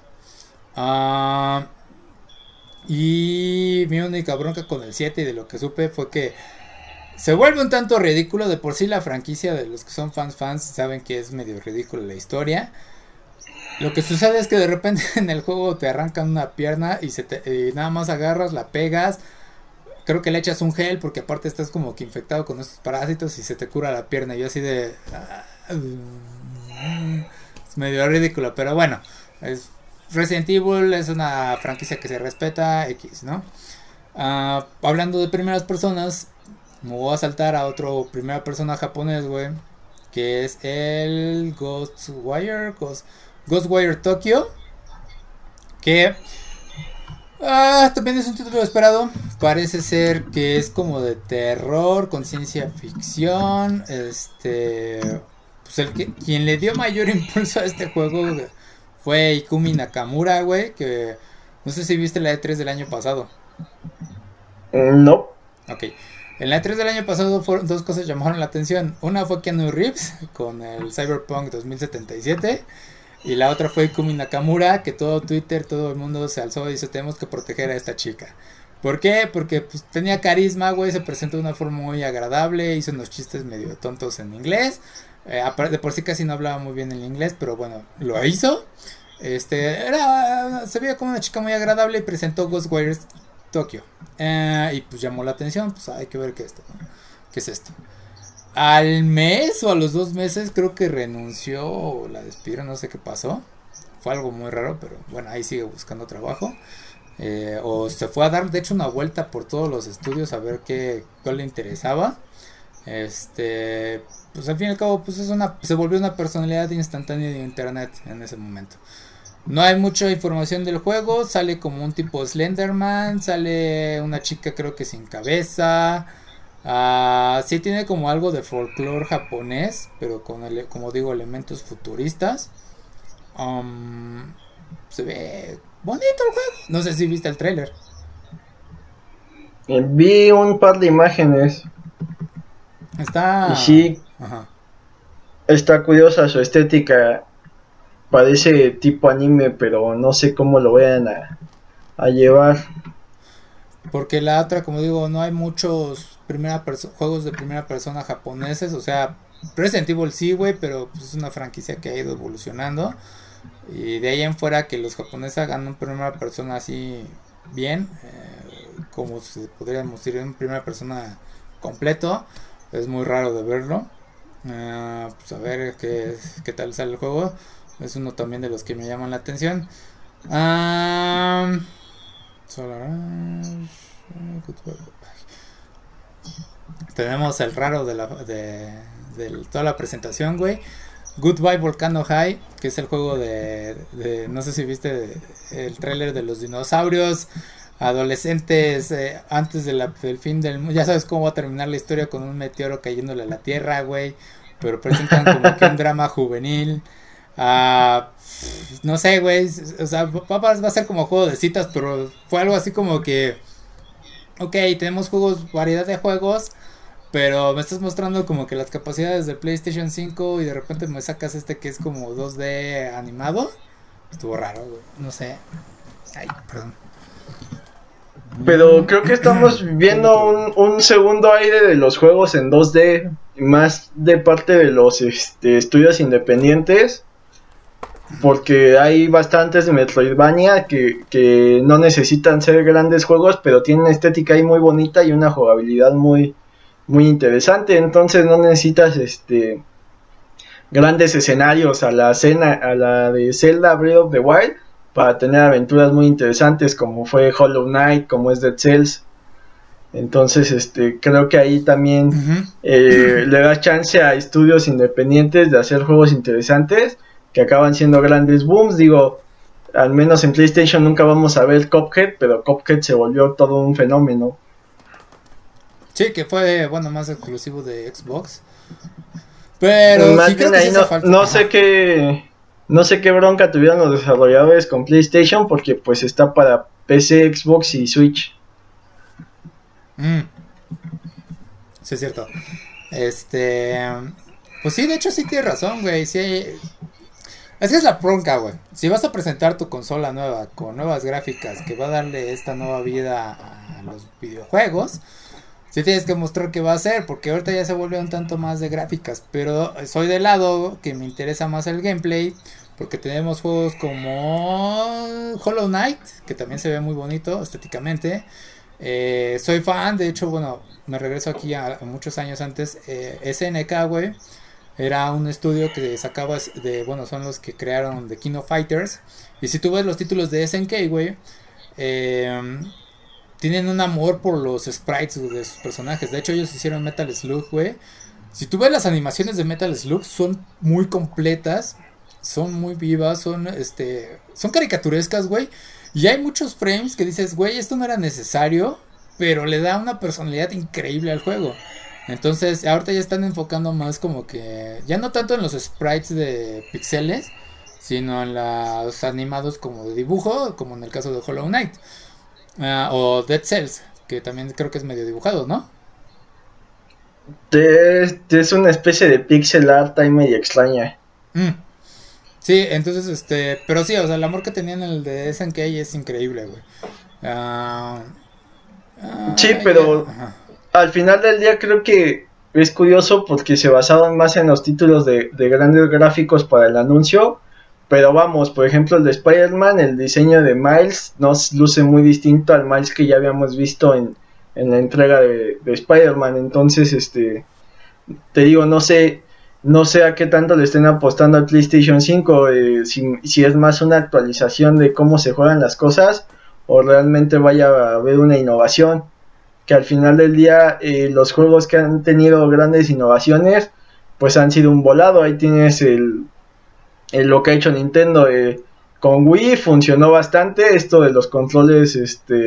Y mi única bronca con el 7 y de lo que supe fue que se vuelve un tanto ridículo. De por sí la franquicia, de los que son fans saben que es medio ridícula la historia. Lo que sucede es que de repente en el juego te arrancan una pierna y nada más agarras, la pegas. Creo que le echas un gel porque aparte estás como que infectado con estos parásitos y se te cura la pierna. Y yo así de... es medio ridículo, pero bueno. Resident Evil es una franquicia que se respeta, X, ¿no? Hablando de primeras personas, me voy a saltar a otro primera persona japonés, güey. Que es el Ghostwire Tokyo. Que... también es un título esperado. Parece ser que es como de terror con ciencia ficción. Pues quien le dio mayor impulso a este juego fue Ikumi Nakamura, güey. Que no sé si viste la E3 del año pasado. No. Ok. En la E3 del año pasado fueron dos cosas que llamaron la atención. Una fue Keanu Reeves con el Cyberpunk 2077. Y la otra fue Ikumi Nakamura, que todo Twitter, todo el mundo se alzó y dice, tenemos que proteger a esta chica. ¿Por qué? Porque pues tenía carisma, güey, se presentó de una forma muy agradable, hizo unos chistes medio tontos en inglés. De por sí casi no hablaba muy bien el inglés, pero bueno, lo hizo. Se veía como una chica muy agradable y presentó Ghostwire Tokyo. Y pues llamó la atención, pues hay que ver qué es esto. Al mes o a los 2 meses creo que renunció o la despidieron, no sé qué pasó. Fue algo muy raro, pero bueno, ahí sigue buscando trabajo. O se fue a dar, de hecho, una vuelta por todos los estudios a ver cuál le interesaba. Pues al fin y al cabo, pues se volvió una personalidad instantánea de internet en ese momento. No hay mucha información del juego, sale como un tipo Slenderman, sale una chica creo que sin cabeza. Sí tiene como algo de folclore japonés, pero con como digo, elementos futuristas. Se ve bonito el juego. No sé si viste el tráiler. Vi un par de imágenes. Y sí, ajá. Está curiosa su estética. Parece tipo anime, pero no sé cómo lo vayan a llevar. Porque la otra, como digo, no hay muchos juegos de primera persona japoneses. O sea, Resident Evil sí, güey, pero pues es una franquicia que ha ido evolucionando. Y de ahí en fuera que los japoneses hagan un primera persona así bien, como se podría decir en primera persona completo, es muy raro de verlo. Pues a ver qué tal sale el juego. Es uno también de los que me llaman la atención. Tenemos el raro de toda la presentación, güey. Goodbye Volcano High, que es el juego no sé si viste el tráiler de los dinosaurios adolescentes antes del fin del mundo. Ya sabes cómo va a terminar la historia con un meteoro cayéndole a la Tierra, güey. Pero presentan como que un drama juvenil. No sé, güey. O sea, va a ser como juego de citas, pero fue algo así como que... Ok, tenemos variedad de juegos, pero me estás mostrando como que las capacidades del PlayStation 5 y de repente me sacas que es como 2D animado. Estuvo raro, güey. No sé. Ay, perdón. Pero creo que estamos viendo un segundo aire de los juegos en 2D, más de parte de los estudios independientes, porque hay bastantes de Metroidvania que no necesitan ser grandes juegos, pero tienen una estética ahí muy bonita y una jugabilidad muy, muy interesante. Entonces no necesitas grandes escenarios a la de Zelda Breath of the Wild para tener aventuras muy interesantes, como fue Hollow Knight, como es Dead Cells. Entonces creo que ahí también le da chance a estudios independientes de hacer juegos interesantes que acaban siendo grandes booms. Digo, al menos en PlayStation nunca vamos a ver Cuphead, pero Cuphead se volvió todo un fenómeno. Sí, que fue, bueno, más exclusivo de Xbox. Pero sí creo que ahí no sé qué bronca tuvieron los desarrolladores con PlayStation, porque pues está para PC, Xbox y Switch. Sí, es cierto. Pues sí, de hecho sí tienes razón, güey. Sí, es que es la bronca, güey. Si vas a presentar tu consola nueva con nuevas gráficas que va a darle esta nueva vida a los videojuegos, sí tienes que mostrar qué va a hacer, porque ahorita ya se vuelve un tanto más de gráficas, pero soy del lado que me interesa más el gameplay, porque tenemos juegos como Hollow Knight, que también se ve muy bonito estéticamente. Soy fan, de hecho, bueno, me regreso aquí a muchos años antes. SNK, güey, era un estudio que sacaba bueno, son los que crearon The King of Fighters. Y si tú ves los títulos de SNK, güey, tienen un amor por los sprites de sus personajes. De hecho, ellos hicieron Metal Slug, güey. Si tú ves las animaciones de Metal Slug, son muy completas, son muy vivas, son caricaturescas, güey. Y hay muchos frames que dices, güey, esto no era necesario, pero le da una personalidad increíble al juego. Entonces, ahorita ya están enfocando más como que, ya no tanto en los sprites de pixeles, sino en los animados como de dibujo, como en el caso de Hollow Knight. O Dead Cells, que también creo que es medio dibujado, ¿no? Es una especie de pixel art ahí medio extraña. Sí, entonces, pero sí, o sea, el amor que tenían en el de SNK es increíble, güey. Sí, pero al final del día creo que es curioso porque se basaban más en los títulos de grandes gráficos para el anuncio. Pero vamos, por ejemplo, el de Spider-Man, el diseño de Miles nos luce muy distinto al Miles que ya habíamos visto en la entrega de Spider-Man. Entonces, te digo, no sé a qué tanto le estén apostando al PlayStation 5, si es más una actualización de cómo se juegan las cosas o realmente vaya a haber una innovación. que al final del día los juegos que han tenido grandes innovaciones pues han sido un volado. Ahí tienes lo que ha hecho Nintendo con Wii, funcionó bastante esto de los controles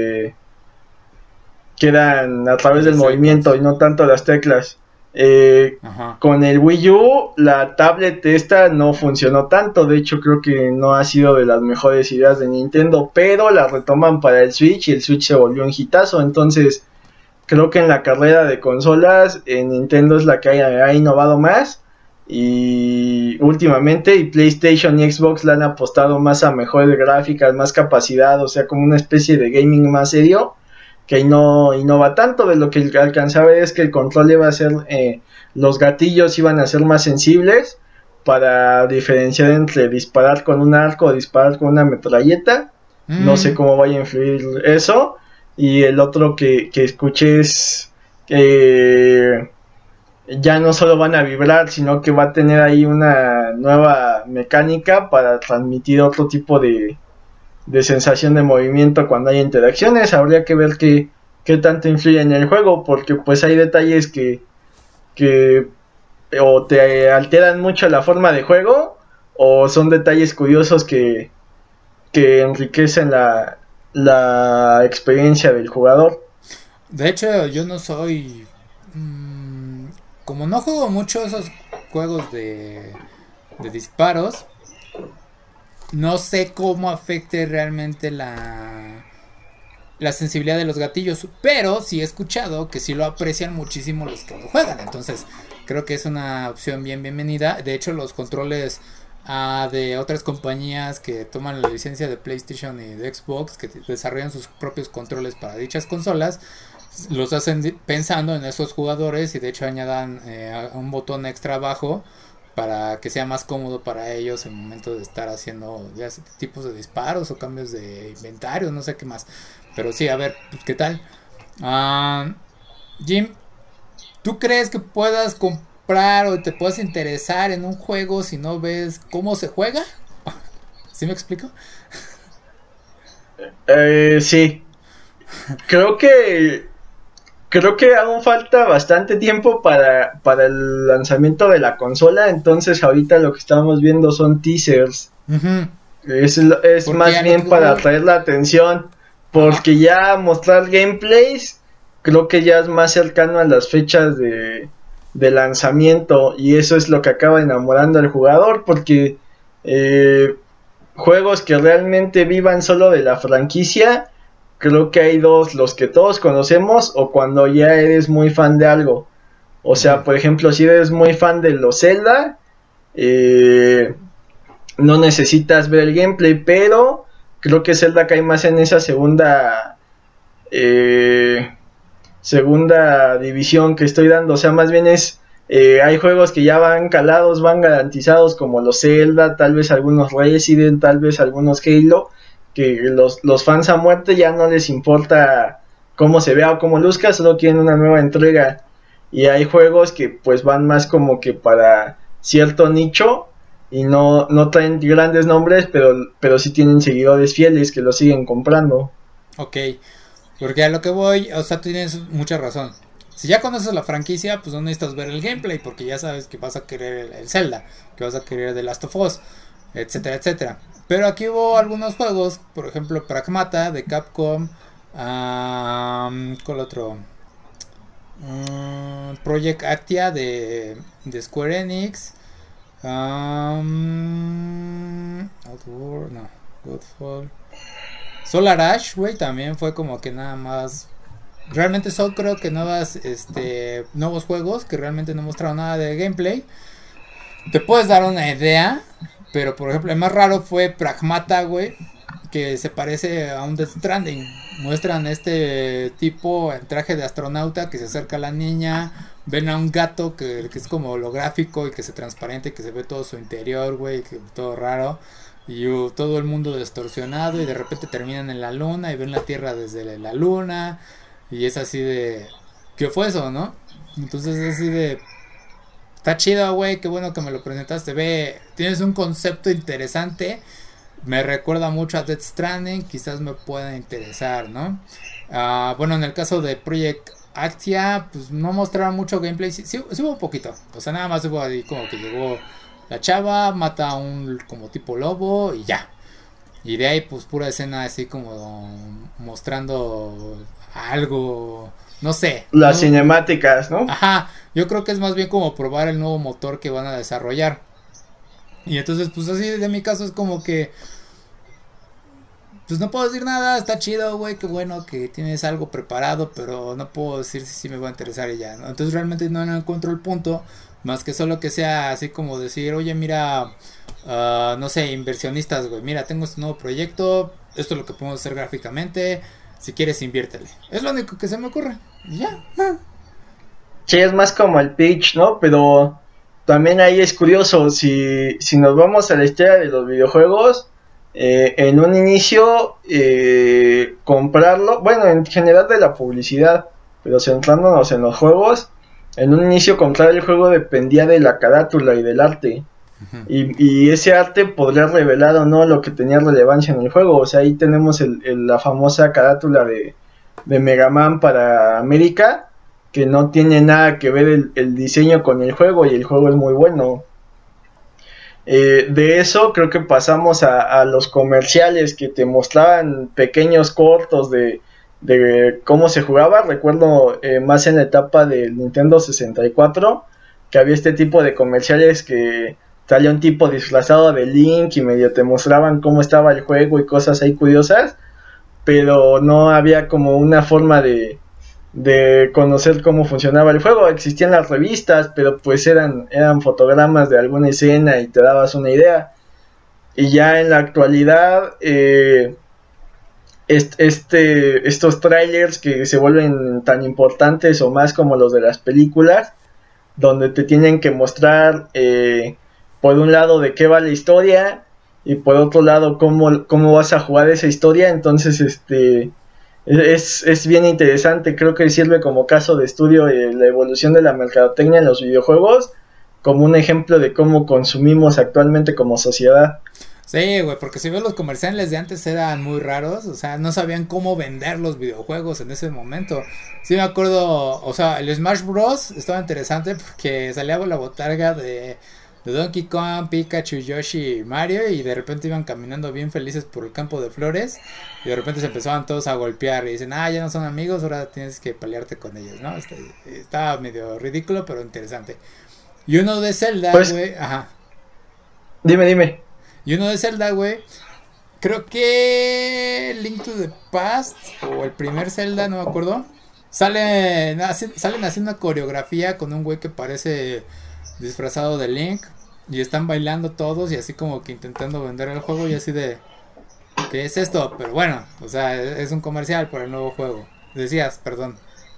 quedan a través del movimiento y no tanto las teclas. Con el Wii U la tablet esta no funcionó tanto, de hecho creo que no ha sido de las mejores ideas de Nintendo, pero la retoman para el Switch y el Switch se volvió un hitazo. Entonces creo que en la carrera de consolas Nintendo es la que ha innovado más, y últimamente y PlayStation y Xbox le han apostado más a mejores gráficas, más capacidad, o sea como una especie de gaming más serio, que no innova tanto. De lo que alcanzaba a ver es que el control iba a ser, los gatillos iban a ser más sensibles para diferenciar entre disparar con un arco o disparar con una metralleta. No sé cómo vaya a influir eso. Y el otro que escuché es que ya no solo van a vibrar, sino que va a tener ahí una nueva mecánica para transmitir otro tipo de sensación de movimiento cuando hay interacciones. Habría que ver qué tanto influye en el juego, porque pues hay detalles que o te alteran mucho la forma de juego, o son detalles curiosos que enriquecen la experiencia del jugador. De hecho, yo no soy... como no juego mucho esos juegos de disparos, no sé cómo afecte realmente la sensibilidad de los gatillos, pero sí he escuchado que sí lo aprecian muchísimo los que lo juegan. Entonces creo que es una opción bienvenida. De hecho, los controles de otras compañías que toman la licencia de PlayStation y de Xbox, que desarrollan sus propios controles para dichas consolas, los hacen pensando en esos jugadores, y de hecho añadan un botón extra abajo para que sea más cómodo para ellos en el momento de estar haciendo ya tipos de disparos o cambios de inventario, no sé qué más. Pero sí, a ver, pues, ¿qué tal? Jim, ¿tú crees que puedas comprar o te puedas interesar en un juego si no ves cómo se juega? ¿Sí me explico? Sí. Creo que aún falta bastante tiempo para el lanzamiento de la consola. Entonces ahorita lo que estamos viendo son teasers. Es más bien para atraer la atención, porque ya mostrar gameplays creo que ya es más cercano a las fechas de lanzamiento, y eso es lo que acaba enamorando al jugador, porque juegos que realmente vivan solo de la franquicia, creo que hay dos: los que todos conocemos, o cuando ya eres muy fan de algo. O sea, por ejemplo, si eres muy fan de los Zelda, no necesitas ver el gameplay, pero creo que Zelda cae más en esa segunda división que estoy dando. O sea, más bien es hay juegos que ya van calados, van garantizados, como los Zelda, tal vez algunos Resident, tal vez algunos Halo, que los fans a muerte ya no les importa cómo se vea o cómo luzca, solo quieren una nueva entrega. Y hay juegos que pues van más como que para cierto nicho y no traen grandes nombres, pero sí tienen seguidores fieles que lo siguen comprando. Ok, porque a lo que voy, o sea, tienes mucha razón. Si ya conoces la franquicia, pues no necesitas ver el gameplay, porque ya sabes que vas a querer el Zelda, que vas a querer The Last of Us, etcétera, etcétera. Pero aquí hubo algunos juegos, por ejemplo, Pragmata de Capcom, ¿cuál otro? Project Actia de Square Enix, Outward, no, Godfall, Solar Ash, güey, también fue como que nada más. Realmente son, creo que nuevos juegos que realmente no mostraron nada de gameplay. Te puedes dar una idea, pero por ejemplo el más raro fue Pragmata, güey, que se parece a un Death Stranding. Muestran este tipo en traje de astronauta que se acerca a la niña, ven a un gato que es como holográfico y que se transparente, que se ve todo su interior, güey, que todo raro, y todo el mundo distorsionado, y de repente terminan en la luna y ven la Tierra desde la luna, y es así de... ¿Qué fue eso, no? Entonces es así de... Está chido, güey, qué bueno que me lo presentaste. Ve, tienes un concepto interesante, me recuerda mucho a Death Stranding, quizás me pueda interesar, ¿no? Bueno, en el caso de Project Atia, pues no mostraron mucho gameplay, sí hubo un poquito, o sea, nada más hubo ahí como que llegó la chava, mata a un como tipo lobo y ya. Y de ahí pues pura escena así como mostrando algo, no sé. Las ¿no? cinemáticas, ¿no? Ajá, yo creo que es más bien como probar el nuevo motor que van a desarrollar. Y entonces pues así de mi caso es como que pues no puedo decir nada, está chido, güey, qué bueno que tienes algo preparado, pero no puedo decir si sí me va a interesar y ya, ¿no? Entonces realmente no encuentro el punto, más que solo que sea así como decir, oye, mira, no sé, inversionistas, güey, mira, tengo este nuevo proyecto, esto es lo que podemos hacer gráficamente, si quieres inviértele. Es lo único que se me ocurre, y ya. Sí, es más como el pitch, ¿no? Pero también ahí es curioso, si nos vamos a la historia de los videojuegos, en un inicio comprarlo, bueno, en general de la publicidad, pero centrándonos en los juegos, en un inicio comprar el juego dependía de la carátula y del arte. Uh-huh. Y ese arte podría revelar o no lo que tenía relevancia en el juego. O sea, ahí tenemos la famosa carátula de Mega Man para América, que no tiene nada que ver el diseño con el juego, y el juego es muy bueno. De eso creo que pasamos a los comerciales que te mostraban pequeños cortos de cómo se jugaba. Recuerdo más en la etapa del Nintendo 64 que había este tipo de comerciales que salía un tipo disfrazado de Link y medio te mostraban cómo estaba el juego y cosas ahí curiosas, pero no había como una forma de conocer cómo funcionaba el juego. Existían las revistas, pero pues eran fotogramas de alguna escena y te dabas una idea. Y ya en la actualidad, estos trailers que se vuelven tan importantes o más como los de las películas, donde te tienen que mostrar por un lado de qué va la historia y por otro lado cómo vas a jugar esa historia. Entonces es bien interesante. Creo que sirve como caso de estudio la evolución de la mercadotecnia en los videojuegos, como un ejemplo de cómo consumimos actualmente como sociedad. Sí, güey, porque si ves los comerciales de antes eran muy raros, o sea, no sabían cómo vender los videojuegos en ese momento. Sí me acuerdo, o sea, el Smash Bros. Estaba interesante porque salía la botarga de Donkey Kong, Pikachu, Yoshi y Mario, y de repente iban caminando bien felices por el campo de flores, y de repente se empezaban todos a golpear y dicen, ya no son amigos, ahora tienes que pelearte con ellos, ¿no? Estaba medio ridículo, pero interesante. Y uno de Zelda, Pues, güey, ajá. dime. Y uno de Zelda, güey, creo que Link to the Past o el primer Zelda, no me acuerdo. Salen haciendo una coreografía con un güey que parece disfrazado de Link y están bailando todos y así como que intentando vender el juego y así de ¿qué es esto? Pero bueno, o sea, es un comercial para el nuevo juego. Decías, perdón.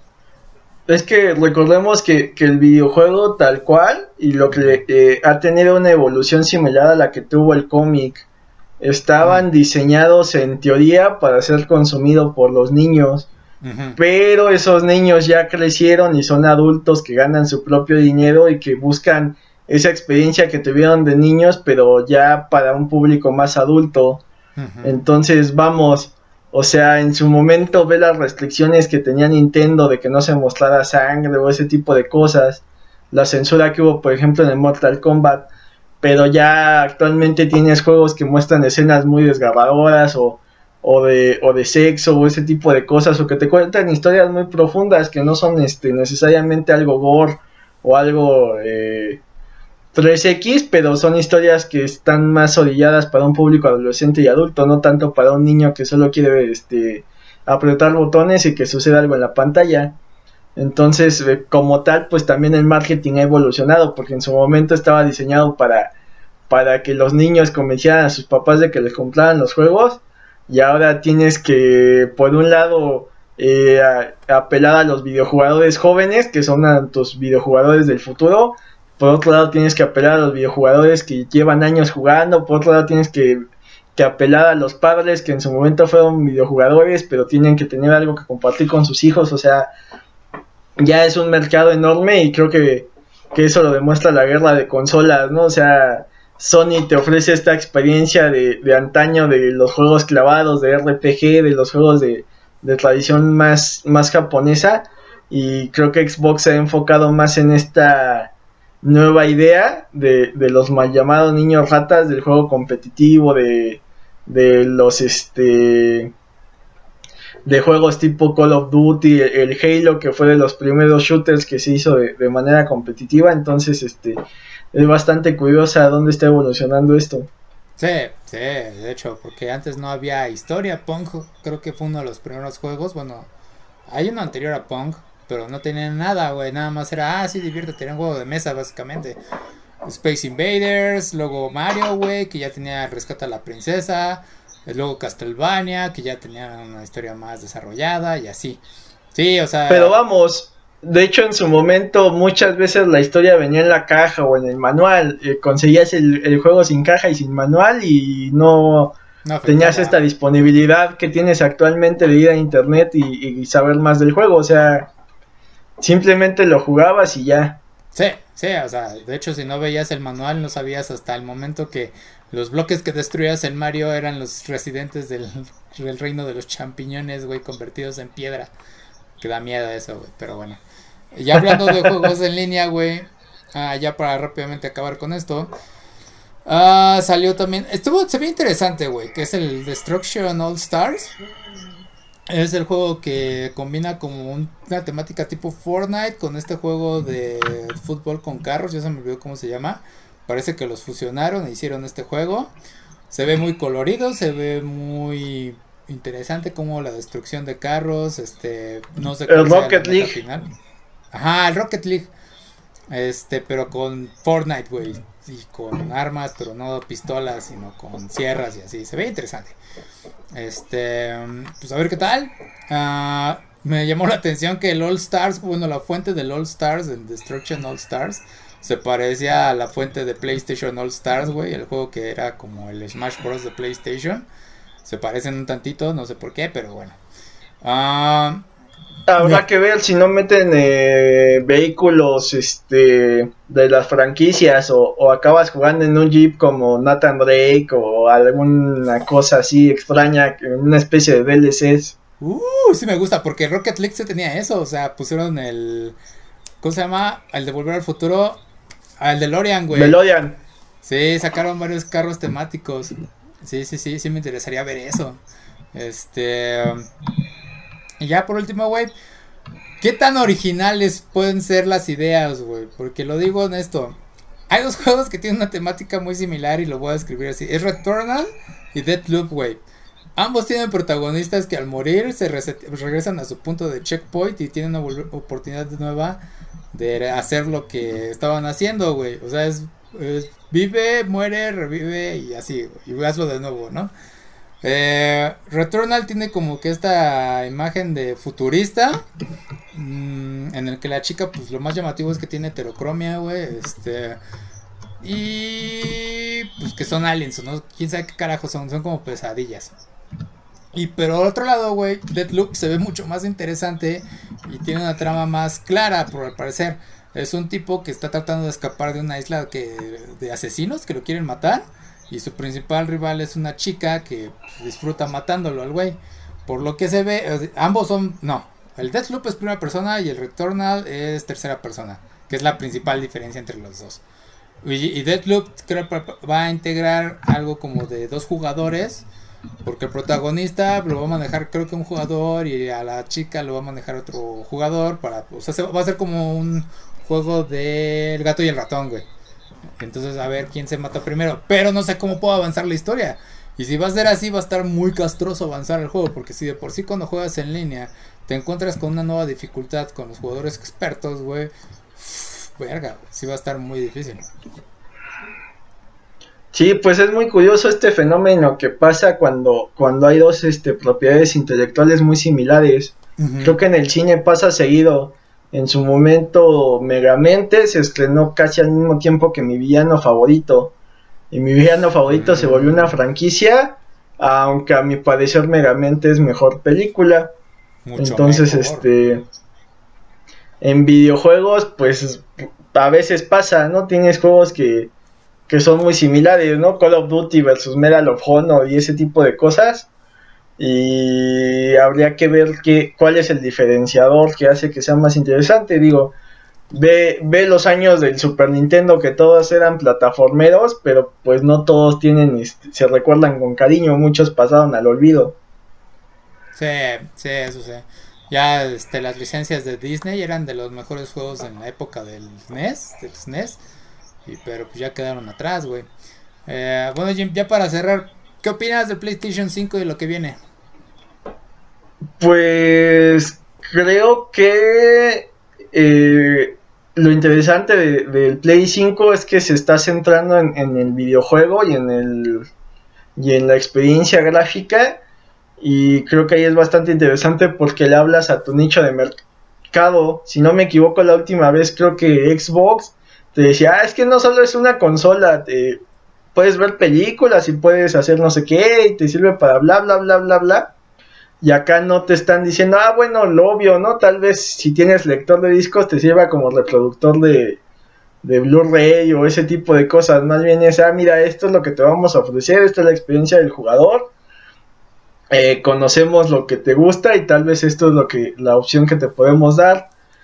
Es que recordemos que el videojuego tal cual, y lo que ha tenido una evolución similar a la que tuvo el cómic, estaban diseñados en teoría para ser consumido por los niños, pero esos niños ya crecieron y son adultos que ganan su propio dinero y que buscan esa experiencia que tuvieron de niños, pero ya para un público más adulto. Entonces vamos, o sea, en su momento ve las restricciones que tenía Nintendo de que no se mostrara sangre o ese tipo de cosas, la censura que hubo por ejemplo en el Mortal Kombat, pero ya actualmente tienes juegos que muestran escenas muy desgarradoras o de sexo o ese tipo de cosas, o que te cuentan historias muy profundas que no son necesariamente algo gore o algo 3X, pero son historias que están más orilladas para un público adolescente y adulto, no tanto para un niño que solo quiere apretar botones y que suceda algo en la pantalla. Entonces, como tal, pues también el marketing ha evolucionado, porque en su momento estaba diseñado para que los niños convencieran a sus papás de que les compraran los juegos, y ahora tienes que, por un lado, apelar a los videojugadores jóvenes, que son tus videojugadores del futuro. Por otro lado tienes que apelar a los videojugadores que llevan años jugando. Por otro lado tienes que apelar a los padres que en su momento fueron videojugadores, pero tienen que tener algo que compartir con sus hijos. O sea, ya es un mercado enorme, y creo que eso lo demuestra la guerra de consolas, ¿no? O sea, Sony te ofrece esta experiencia de antaño, de los juegos clavados, de RPG, de los juegos de tradición más japonesa, y creo que Xbox se ha enfocado más en esta nueva idea de los mal llamados niños ratas, del juego competitivo, de los de juegos tipo Call of Duty, el Halo, que fue de los primeros shooters que se hizo de manera competitiva. Entonces es bastante curiosa dónde está evolucionando esto. Sí, de hecho, porque antes no había historia. Pong creo que fue uno de los primeros juegos. Bueno, hay uno anterior a Pong, pero no tenían nada, güey. Nada más era, sí, diviértete, era un juego de mesa, básicamente. Space Invaders, luego Mario, güey, que ya tenía Rescata a la Princesa. Luego Castlevania, que ya tenía una historia más desarrollada y así. Sí, o sea... Pero vamos, de hecho en su momento muchas veces la historia venía en la caja o en el manual. Conseguías el juego sin caja y sin manual y no tenías esta disponibilidad que tienes actualmente de ir a internet y saber más del juego. O sea, simplemente lo jugabas y ya. Sí, o sea, de hecho si no veías el manual no sabías hasta el momento que los bloques que destruías en Mario eran los residentes del reino de los champiñones, güey, convertidos en piedra. Que da miedo eso, güey, pero bueno. Ya hablando de juegos en línea, güey, ya para rápidamente acabar con esto. Salió también, se ve interesante, güey, que es el Destruction All Stars. Es el juego que combina como una temática tipo Fortnite con este juego de fútbol con carros, ya se me olvidó cómo se llama. Parece que los fusionaron e hicieron este juego. Se ve muy colorido, se ve muy interesante como la destrucción de carros, no sé el Rocket League final. Ajá, el Rocket League. Pero con Fortnite, güey, y con armas, pero no pistolas, sino con sierras y así. Se ve interesante. Pues a ver qué tal. Me llamó la atención que el All Stars, bueno, la fuente del All Stars, el Destruction All Stars, se parecía a la fuente de PlayStation All Stars, güey, el juego que era como el Smash Bros. De PlayStation. Se parecen un tantito, no sé por qué, pero bueno. Habrá que ver si no meten vehículos de las franquicias o acabas jugando en un Jeep como Nathan Drake o alguna cosa así extraña, una especie de DLCs. Sí me gusta, porque Rocket League se tenía eso, o sea, pusieron el... ¿Cómo se llama? El de Volver al Futuro. El DeLorean, güey. DeLorean. Sí, sacaron varios carros temáticos. Sí me interesaría ver eso. Y ya por último, güey, ¿qué tan originales pueden ser las ideas, güey? Porque lo digo honesto, hay dos juegos que tienen una temática muy similar y lo voy a describir así. Es Returnal y Deathloop, güey. Ambos tienen protagonistas que al morir se regresan a su punto de checkpoint y tienen una oportunidad nueva de hacer lo que estaban haciendo, güey. O sea, es vive, muere, revive y así, y hazlo de nuevo, ¿no? Returnal tiene como que esta imagen de futurista, en el que la chica, pues lo más llamativo es que tiene heterocromia, güey, y pues que son aliens, ¿no? Quién sabe qué carajo son como pesadillas. Y pero al otro lado, güey, Deathloop se ve mucho más interesante y tiene una trama más clara, por al parecer. Es un tipo que está tratando de escapar de una isla de asesinos que lo quieren matar. Y su principal rival es una chica que pues, disfruta matándolo al güey. Por lo que se ve, ambos son... No, el Deathloop es primera persona y el Returnal es tercera persona. Que es la principal diferencia entre los dos. Y Deathloop creo que va a integrar algo como de 2 jugadores. Porque el protagonista lo va a manejar creo que un jugador y a la chica lo va a manejar otro jugador. O sea, va a ser como un juego del gato y el ratón, güey. Entonces a ver quién se mata primero. Pero no sé cómo puedo avanzar la historia. Y si va a ser así va a estar muy castroso avanzar el juego. Porque si de por sí cuando juegas en línea te encuentras con una nueva dificultad con los jugadores expertos, güey, verga, sí va a estar muy difícil. Sí, pues es muy curioso este fenómeno que pasa cuando hay dos propiedades intelectuales muy similares. Uh-huh. Creo que en el cine pasa seguido. En su momento Megamente se estrenó casi al mismo tiempo que Mi Villano Favorito. Y Mi Villano Favorito se volvió una franquicia, aunque a mi parecer Megamente es mejor película. Mucho entonces mejor. En videojuegos pues a veces pasa, ¿no? Tienes juegos que que son muy similares, ¿no? Call of Duty versus Medal of Honor y ese tipo de cosas. Y habría que ver cuál es el diferenciador que hace que sea más interesante. Digo, ve los años del Super Nintendo, que todos eran plataformeros, pero pues no todos tienen, se recuerdan con cariño, muchos pasaron al olvido. Sí, sí, eso sí. Ya las licencias de Disney eran de los mejores juegos en la época del SNES, pero pues ya quedaron atrás, güey. Bueno, Jim, ya para cerrar, ¿qué opinas del PlayStation 5 y lo que viene? Pues creo que lo interesante del Play 5 es que se está centrando en el videojuego y en la experiencia gráfica, y creo que ahí es bastante interesante porque le hablas a tu nicho de mercado. Si no me equivoco, la última vez creo que Xbox te decía, es que no solo es una consola, puedes ver películas y puedes hacer no sé qué y te sirve para bla bla bla bla bla. Y acá no te están diciendo, bueno, lo obvio, ¿no? Tal vez si tienes lector de discos te sirva como reproductor de Blu-ray o ese tipo de cosas. Más bien es, mira, esto es lo que te vamos a ofrecer, esta es la experiencia del jugador. Conocemos lo que te gusta y tal vez esto es la opción que te podemos dar.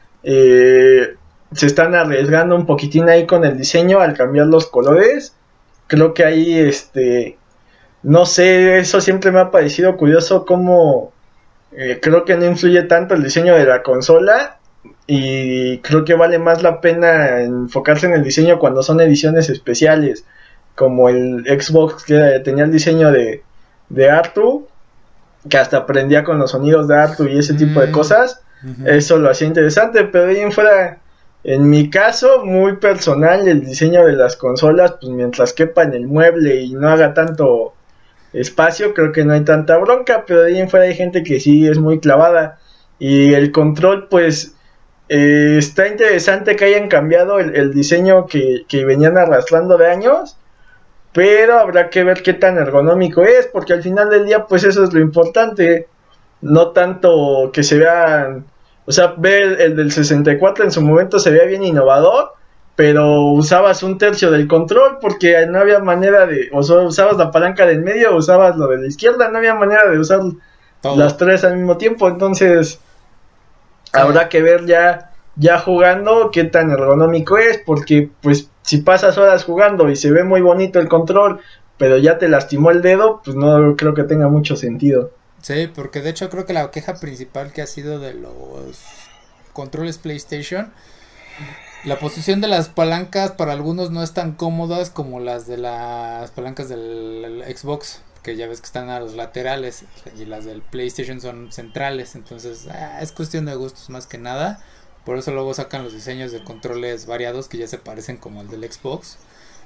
Se están arriesgando un poquitín ahí con el diseño al cambiar los colores. Creo que ahí, no sé, eso siempre me ha parecido curioso como creo que no influye tanto el diseño de la consola, y creo que vale más la pena enfocarse en el diseño cuando son ediciones especiales, como el Xbox que tenía el diseño de Artu, que hasta aprendía con los sonidos de Artu y ese tipo de cosas. Eso lo hacía interesante, pero ahí en fuera, en mi caso muy personal, el diseño de las consolas, pues mientras quepa en el mueble y no haga tanto espacio, creo que no hay tanta bronca, pero de ahí en fuera hay gente que sí es muy clavada. Y el control, pues está interesante que hayan cambiado el diseño que venían arrastrando de años, pero habrá que ver qué tan ergonómico es, porque al final del día pues eso es lo importante, no tanto que se vean, o sea, ver el del 64 en su momento se veía bien innovador, pero usabas un tercio del control porque no había manera o usabas la palanca del medio o usabas lo de la izquierda, no había manera de usar todo, las tres al mismo tiempo. Entonces habrá que ver ya jugando qué tan ergonómico es, porque pues si pasas horas jugando y se ve muy bonito el control, pero ya te lastimó el dedo, pues no creo que tenga mucho sentido. Sí, porque de hecho creo que la queja principal que ha sido de los controles PlayStation, la posición de las palancas para algunos no es tan cómodas como las de las palancas del Xbox, que ya ves que están a los laterales, y las del PlayStation son centrales. Entonces es cuestión de gustos más que nada. Por eso luego sacan los diseños de controles variados que ya se parecen como el del Xbox.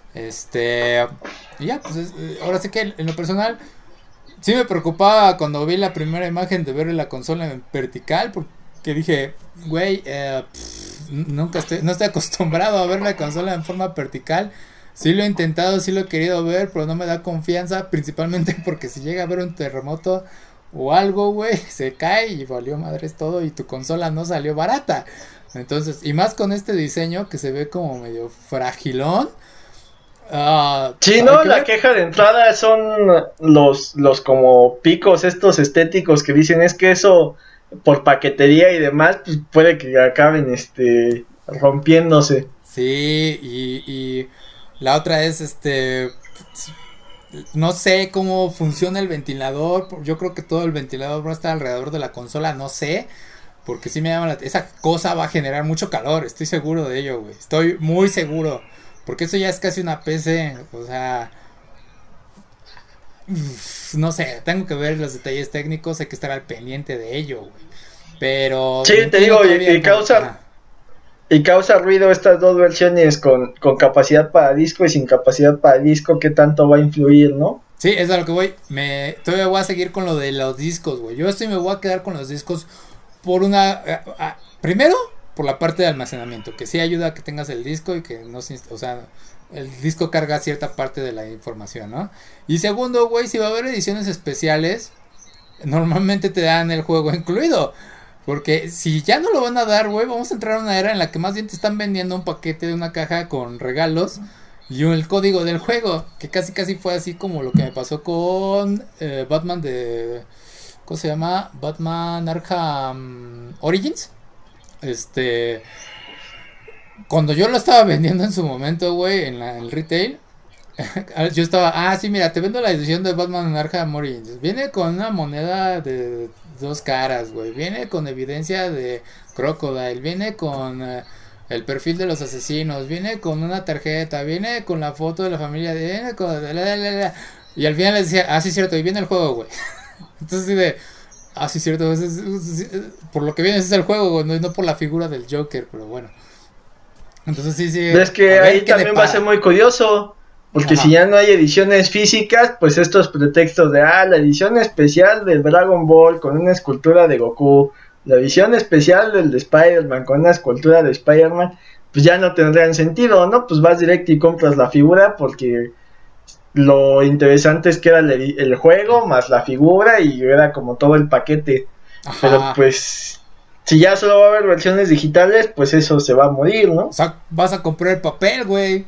Y ya, pues ahora sí que en lo personal sí me preocupaba cuando vi la primera imagen de ver la consola en vertical, porque dije, güey, no estoy acostumbrado a ver la consola en forma vertical. Sí lo he intentado, sí lo he querido ver, pero no me da confianza, principalmente porque si llega a haber un terremoto o algo, güey, se cae y valió madres todo y tu consola no salió barata. Entonces, y más con este diseño que se ve como medio fragilón. Sí, no, la queja de entrada son los como picos estos estéticos que dicen es que eso por paquetería y demás pues puede que acaben rompiéndose. Sí, y la otra es no sé cómo funciona el ventilador. Yo creo que todo el ventilador va a estar alrededor de la consola, no sé, porque sí me llama esa cosa va a generar mucho calor, estoy seguro de ello, güey. Estoy muy seguro, porque eso ya es casi una PC, o sea, no sé, tengo que ver los detalles técnicos, hay que estar al pendiente de ello, güey. Pero sí, te digo, y causa ruido estas dos versiones con capacidad para disco y sin capacidad para disco, ¿qué tanto va a influir, no? Sí, es a lo que voy. Todavía voy a seguir con lo de los discos, güey. Yo me voy a quedar con los discos por primero, por la parte de almacenamiento, que sí ayuda a que tengas el disco y que no o sea, el disco carga cierta parte de la información, ¿no? Y segundo, güey, si va a haber ediciones especiales, normalmente te dan el juego incluido. Porque si ya no lo van a dar, güey, vamos a entrar a una era en la que más bien te están vendiendo un paquete de una caja con regalos y el código del juego, que casi fue así como lo que me pasó con Batman de... ¿Cómo se llama? Batman Arkham Origins. Cuando yo lo estaba vendiendo en su momento, güey, en el retail, yo estaba, sí, mira, te vendo la edición de Batman Arkham Origins. Viene con una moneda de 2 caras, güey. Viene con evidencia de Crocodile. Viene con el perfil de los asesinos. Viene con una tarjeta. Viene con la foto de la familia. Viene con... Y al final les decía, sí, cierto, y viene el juego, güey. Entonces, sí, cierto. Por lo que viene es el juego, güey, no por la figura del Joker, pero bueno. Entonces, sí. Es que ahí también va a ser muy curioso. Porque si ya no hay ediciones físicas, pues estos pretextos de, la edición especial del Dragon Ball con una escultura de Goku, la edición especial del de Spider-Man con una escultura de Spider-Man, pues ya no tendrían sentido, ¿no? Pues vas directo y compras la figura porque lo interesante es que era el juego más la figura y era como todo el paquete. Ajá. Pero pues, si ya solo va a haber versiones digitales, pues eso se va a morir, ¿no? O sea, vas a comprar el papel, güey.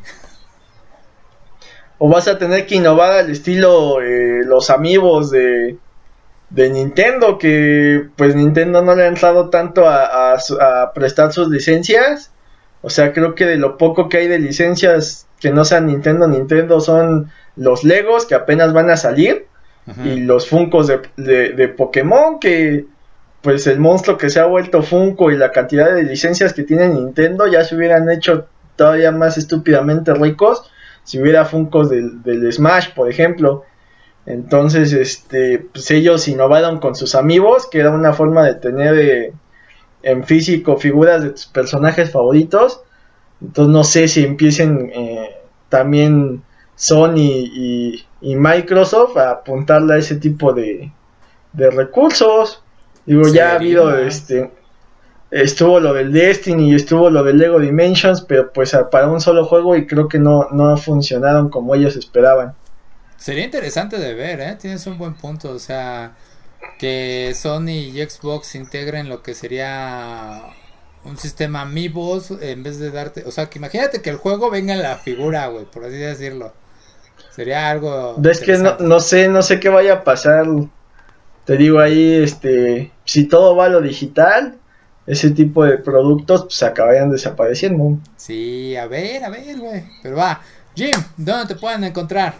O vas a tener que innovar al estilo los amigos de Nintendo, que pues Nintendo no le ha entrado tanto a prestar sus licencias. O sea, creo que de lo poco que hay de licencias que no sean Nintendo son los Legos que apenas van a salir. Ajá. Y los Funkos de Pokémon, que pues el monstruo que se ha vuelto Funko y la cantidad de licencias que tiene Nintendo ya se hubieran hecho todavía más estúpidamente ricos si hubiera Funkos del Smash, por ejemplo. Entonces, pues ellos innovaron con sus amigos, que era una forma de tener en físico figuras de tus personajes favoritos. Entonces no sé si empiecen también Sony y Microsoft a apuntarle a ese tipo de recursos. Digo, ya ha habido estuvo lo del Destiny y estuvo lo del Lego Dimensions, pero pues para un solo juego y creo que no funcionaron como ellos esperaban. Sería interesante de ver, tienes un buen punto, o sea, que Sony y Xbox integren lo que sería un sistema Amiibos en vez de darte, o sea, que imagínate que el juego venga en la figura, güey, por así decirlo. Sería algo... Es que no sé qué vaya a pasar. Te digo ahí, si todo va a lo digital, ese tipo de productos pues acabarían desapareciendo. Sí, a ver, güey. Pero va, Jim, ¿dónde te pueden encontrar?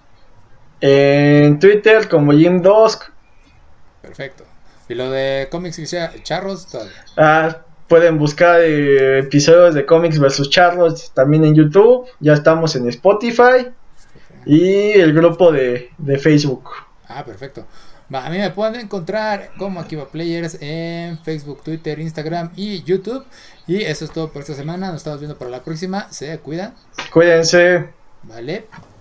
En Twitter como Jim Dusk. Perfecto. ¿Y lo de cómics y charros todavía? Pueden buscar episodios de cómics versus charros también en YouTube. Ya estamos en Spotify. Y el grupo de Facebook. Perfecto. A mí me pueden encontrar como Akiva Players en Facebook, Twitter, Instagram y YouTube. Y eso es todo por esta semana. Nos estamos viendo para la próxima. Se cuidan. Cuídense. Vale.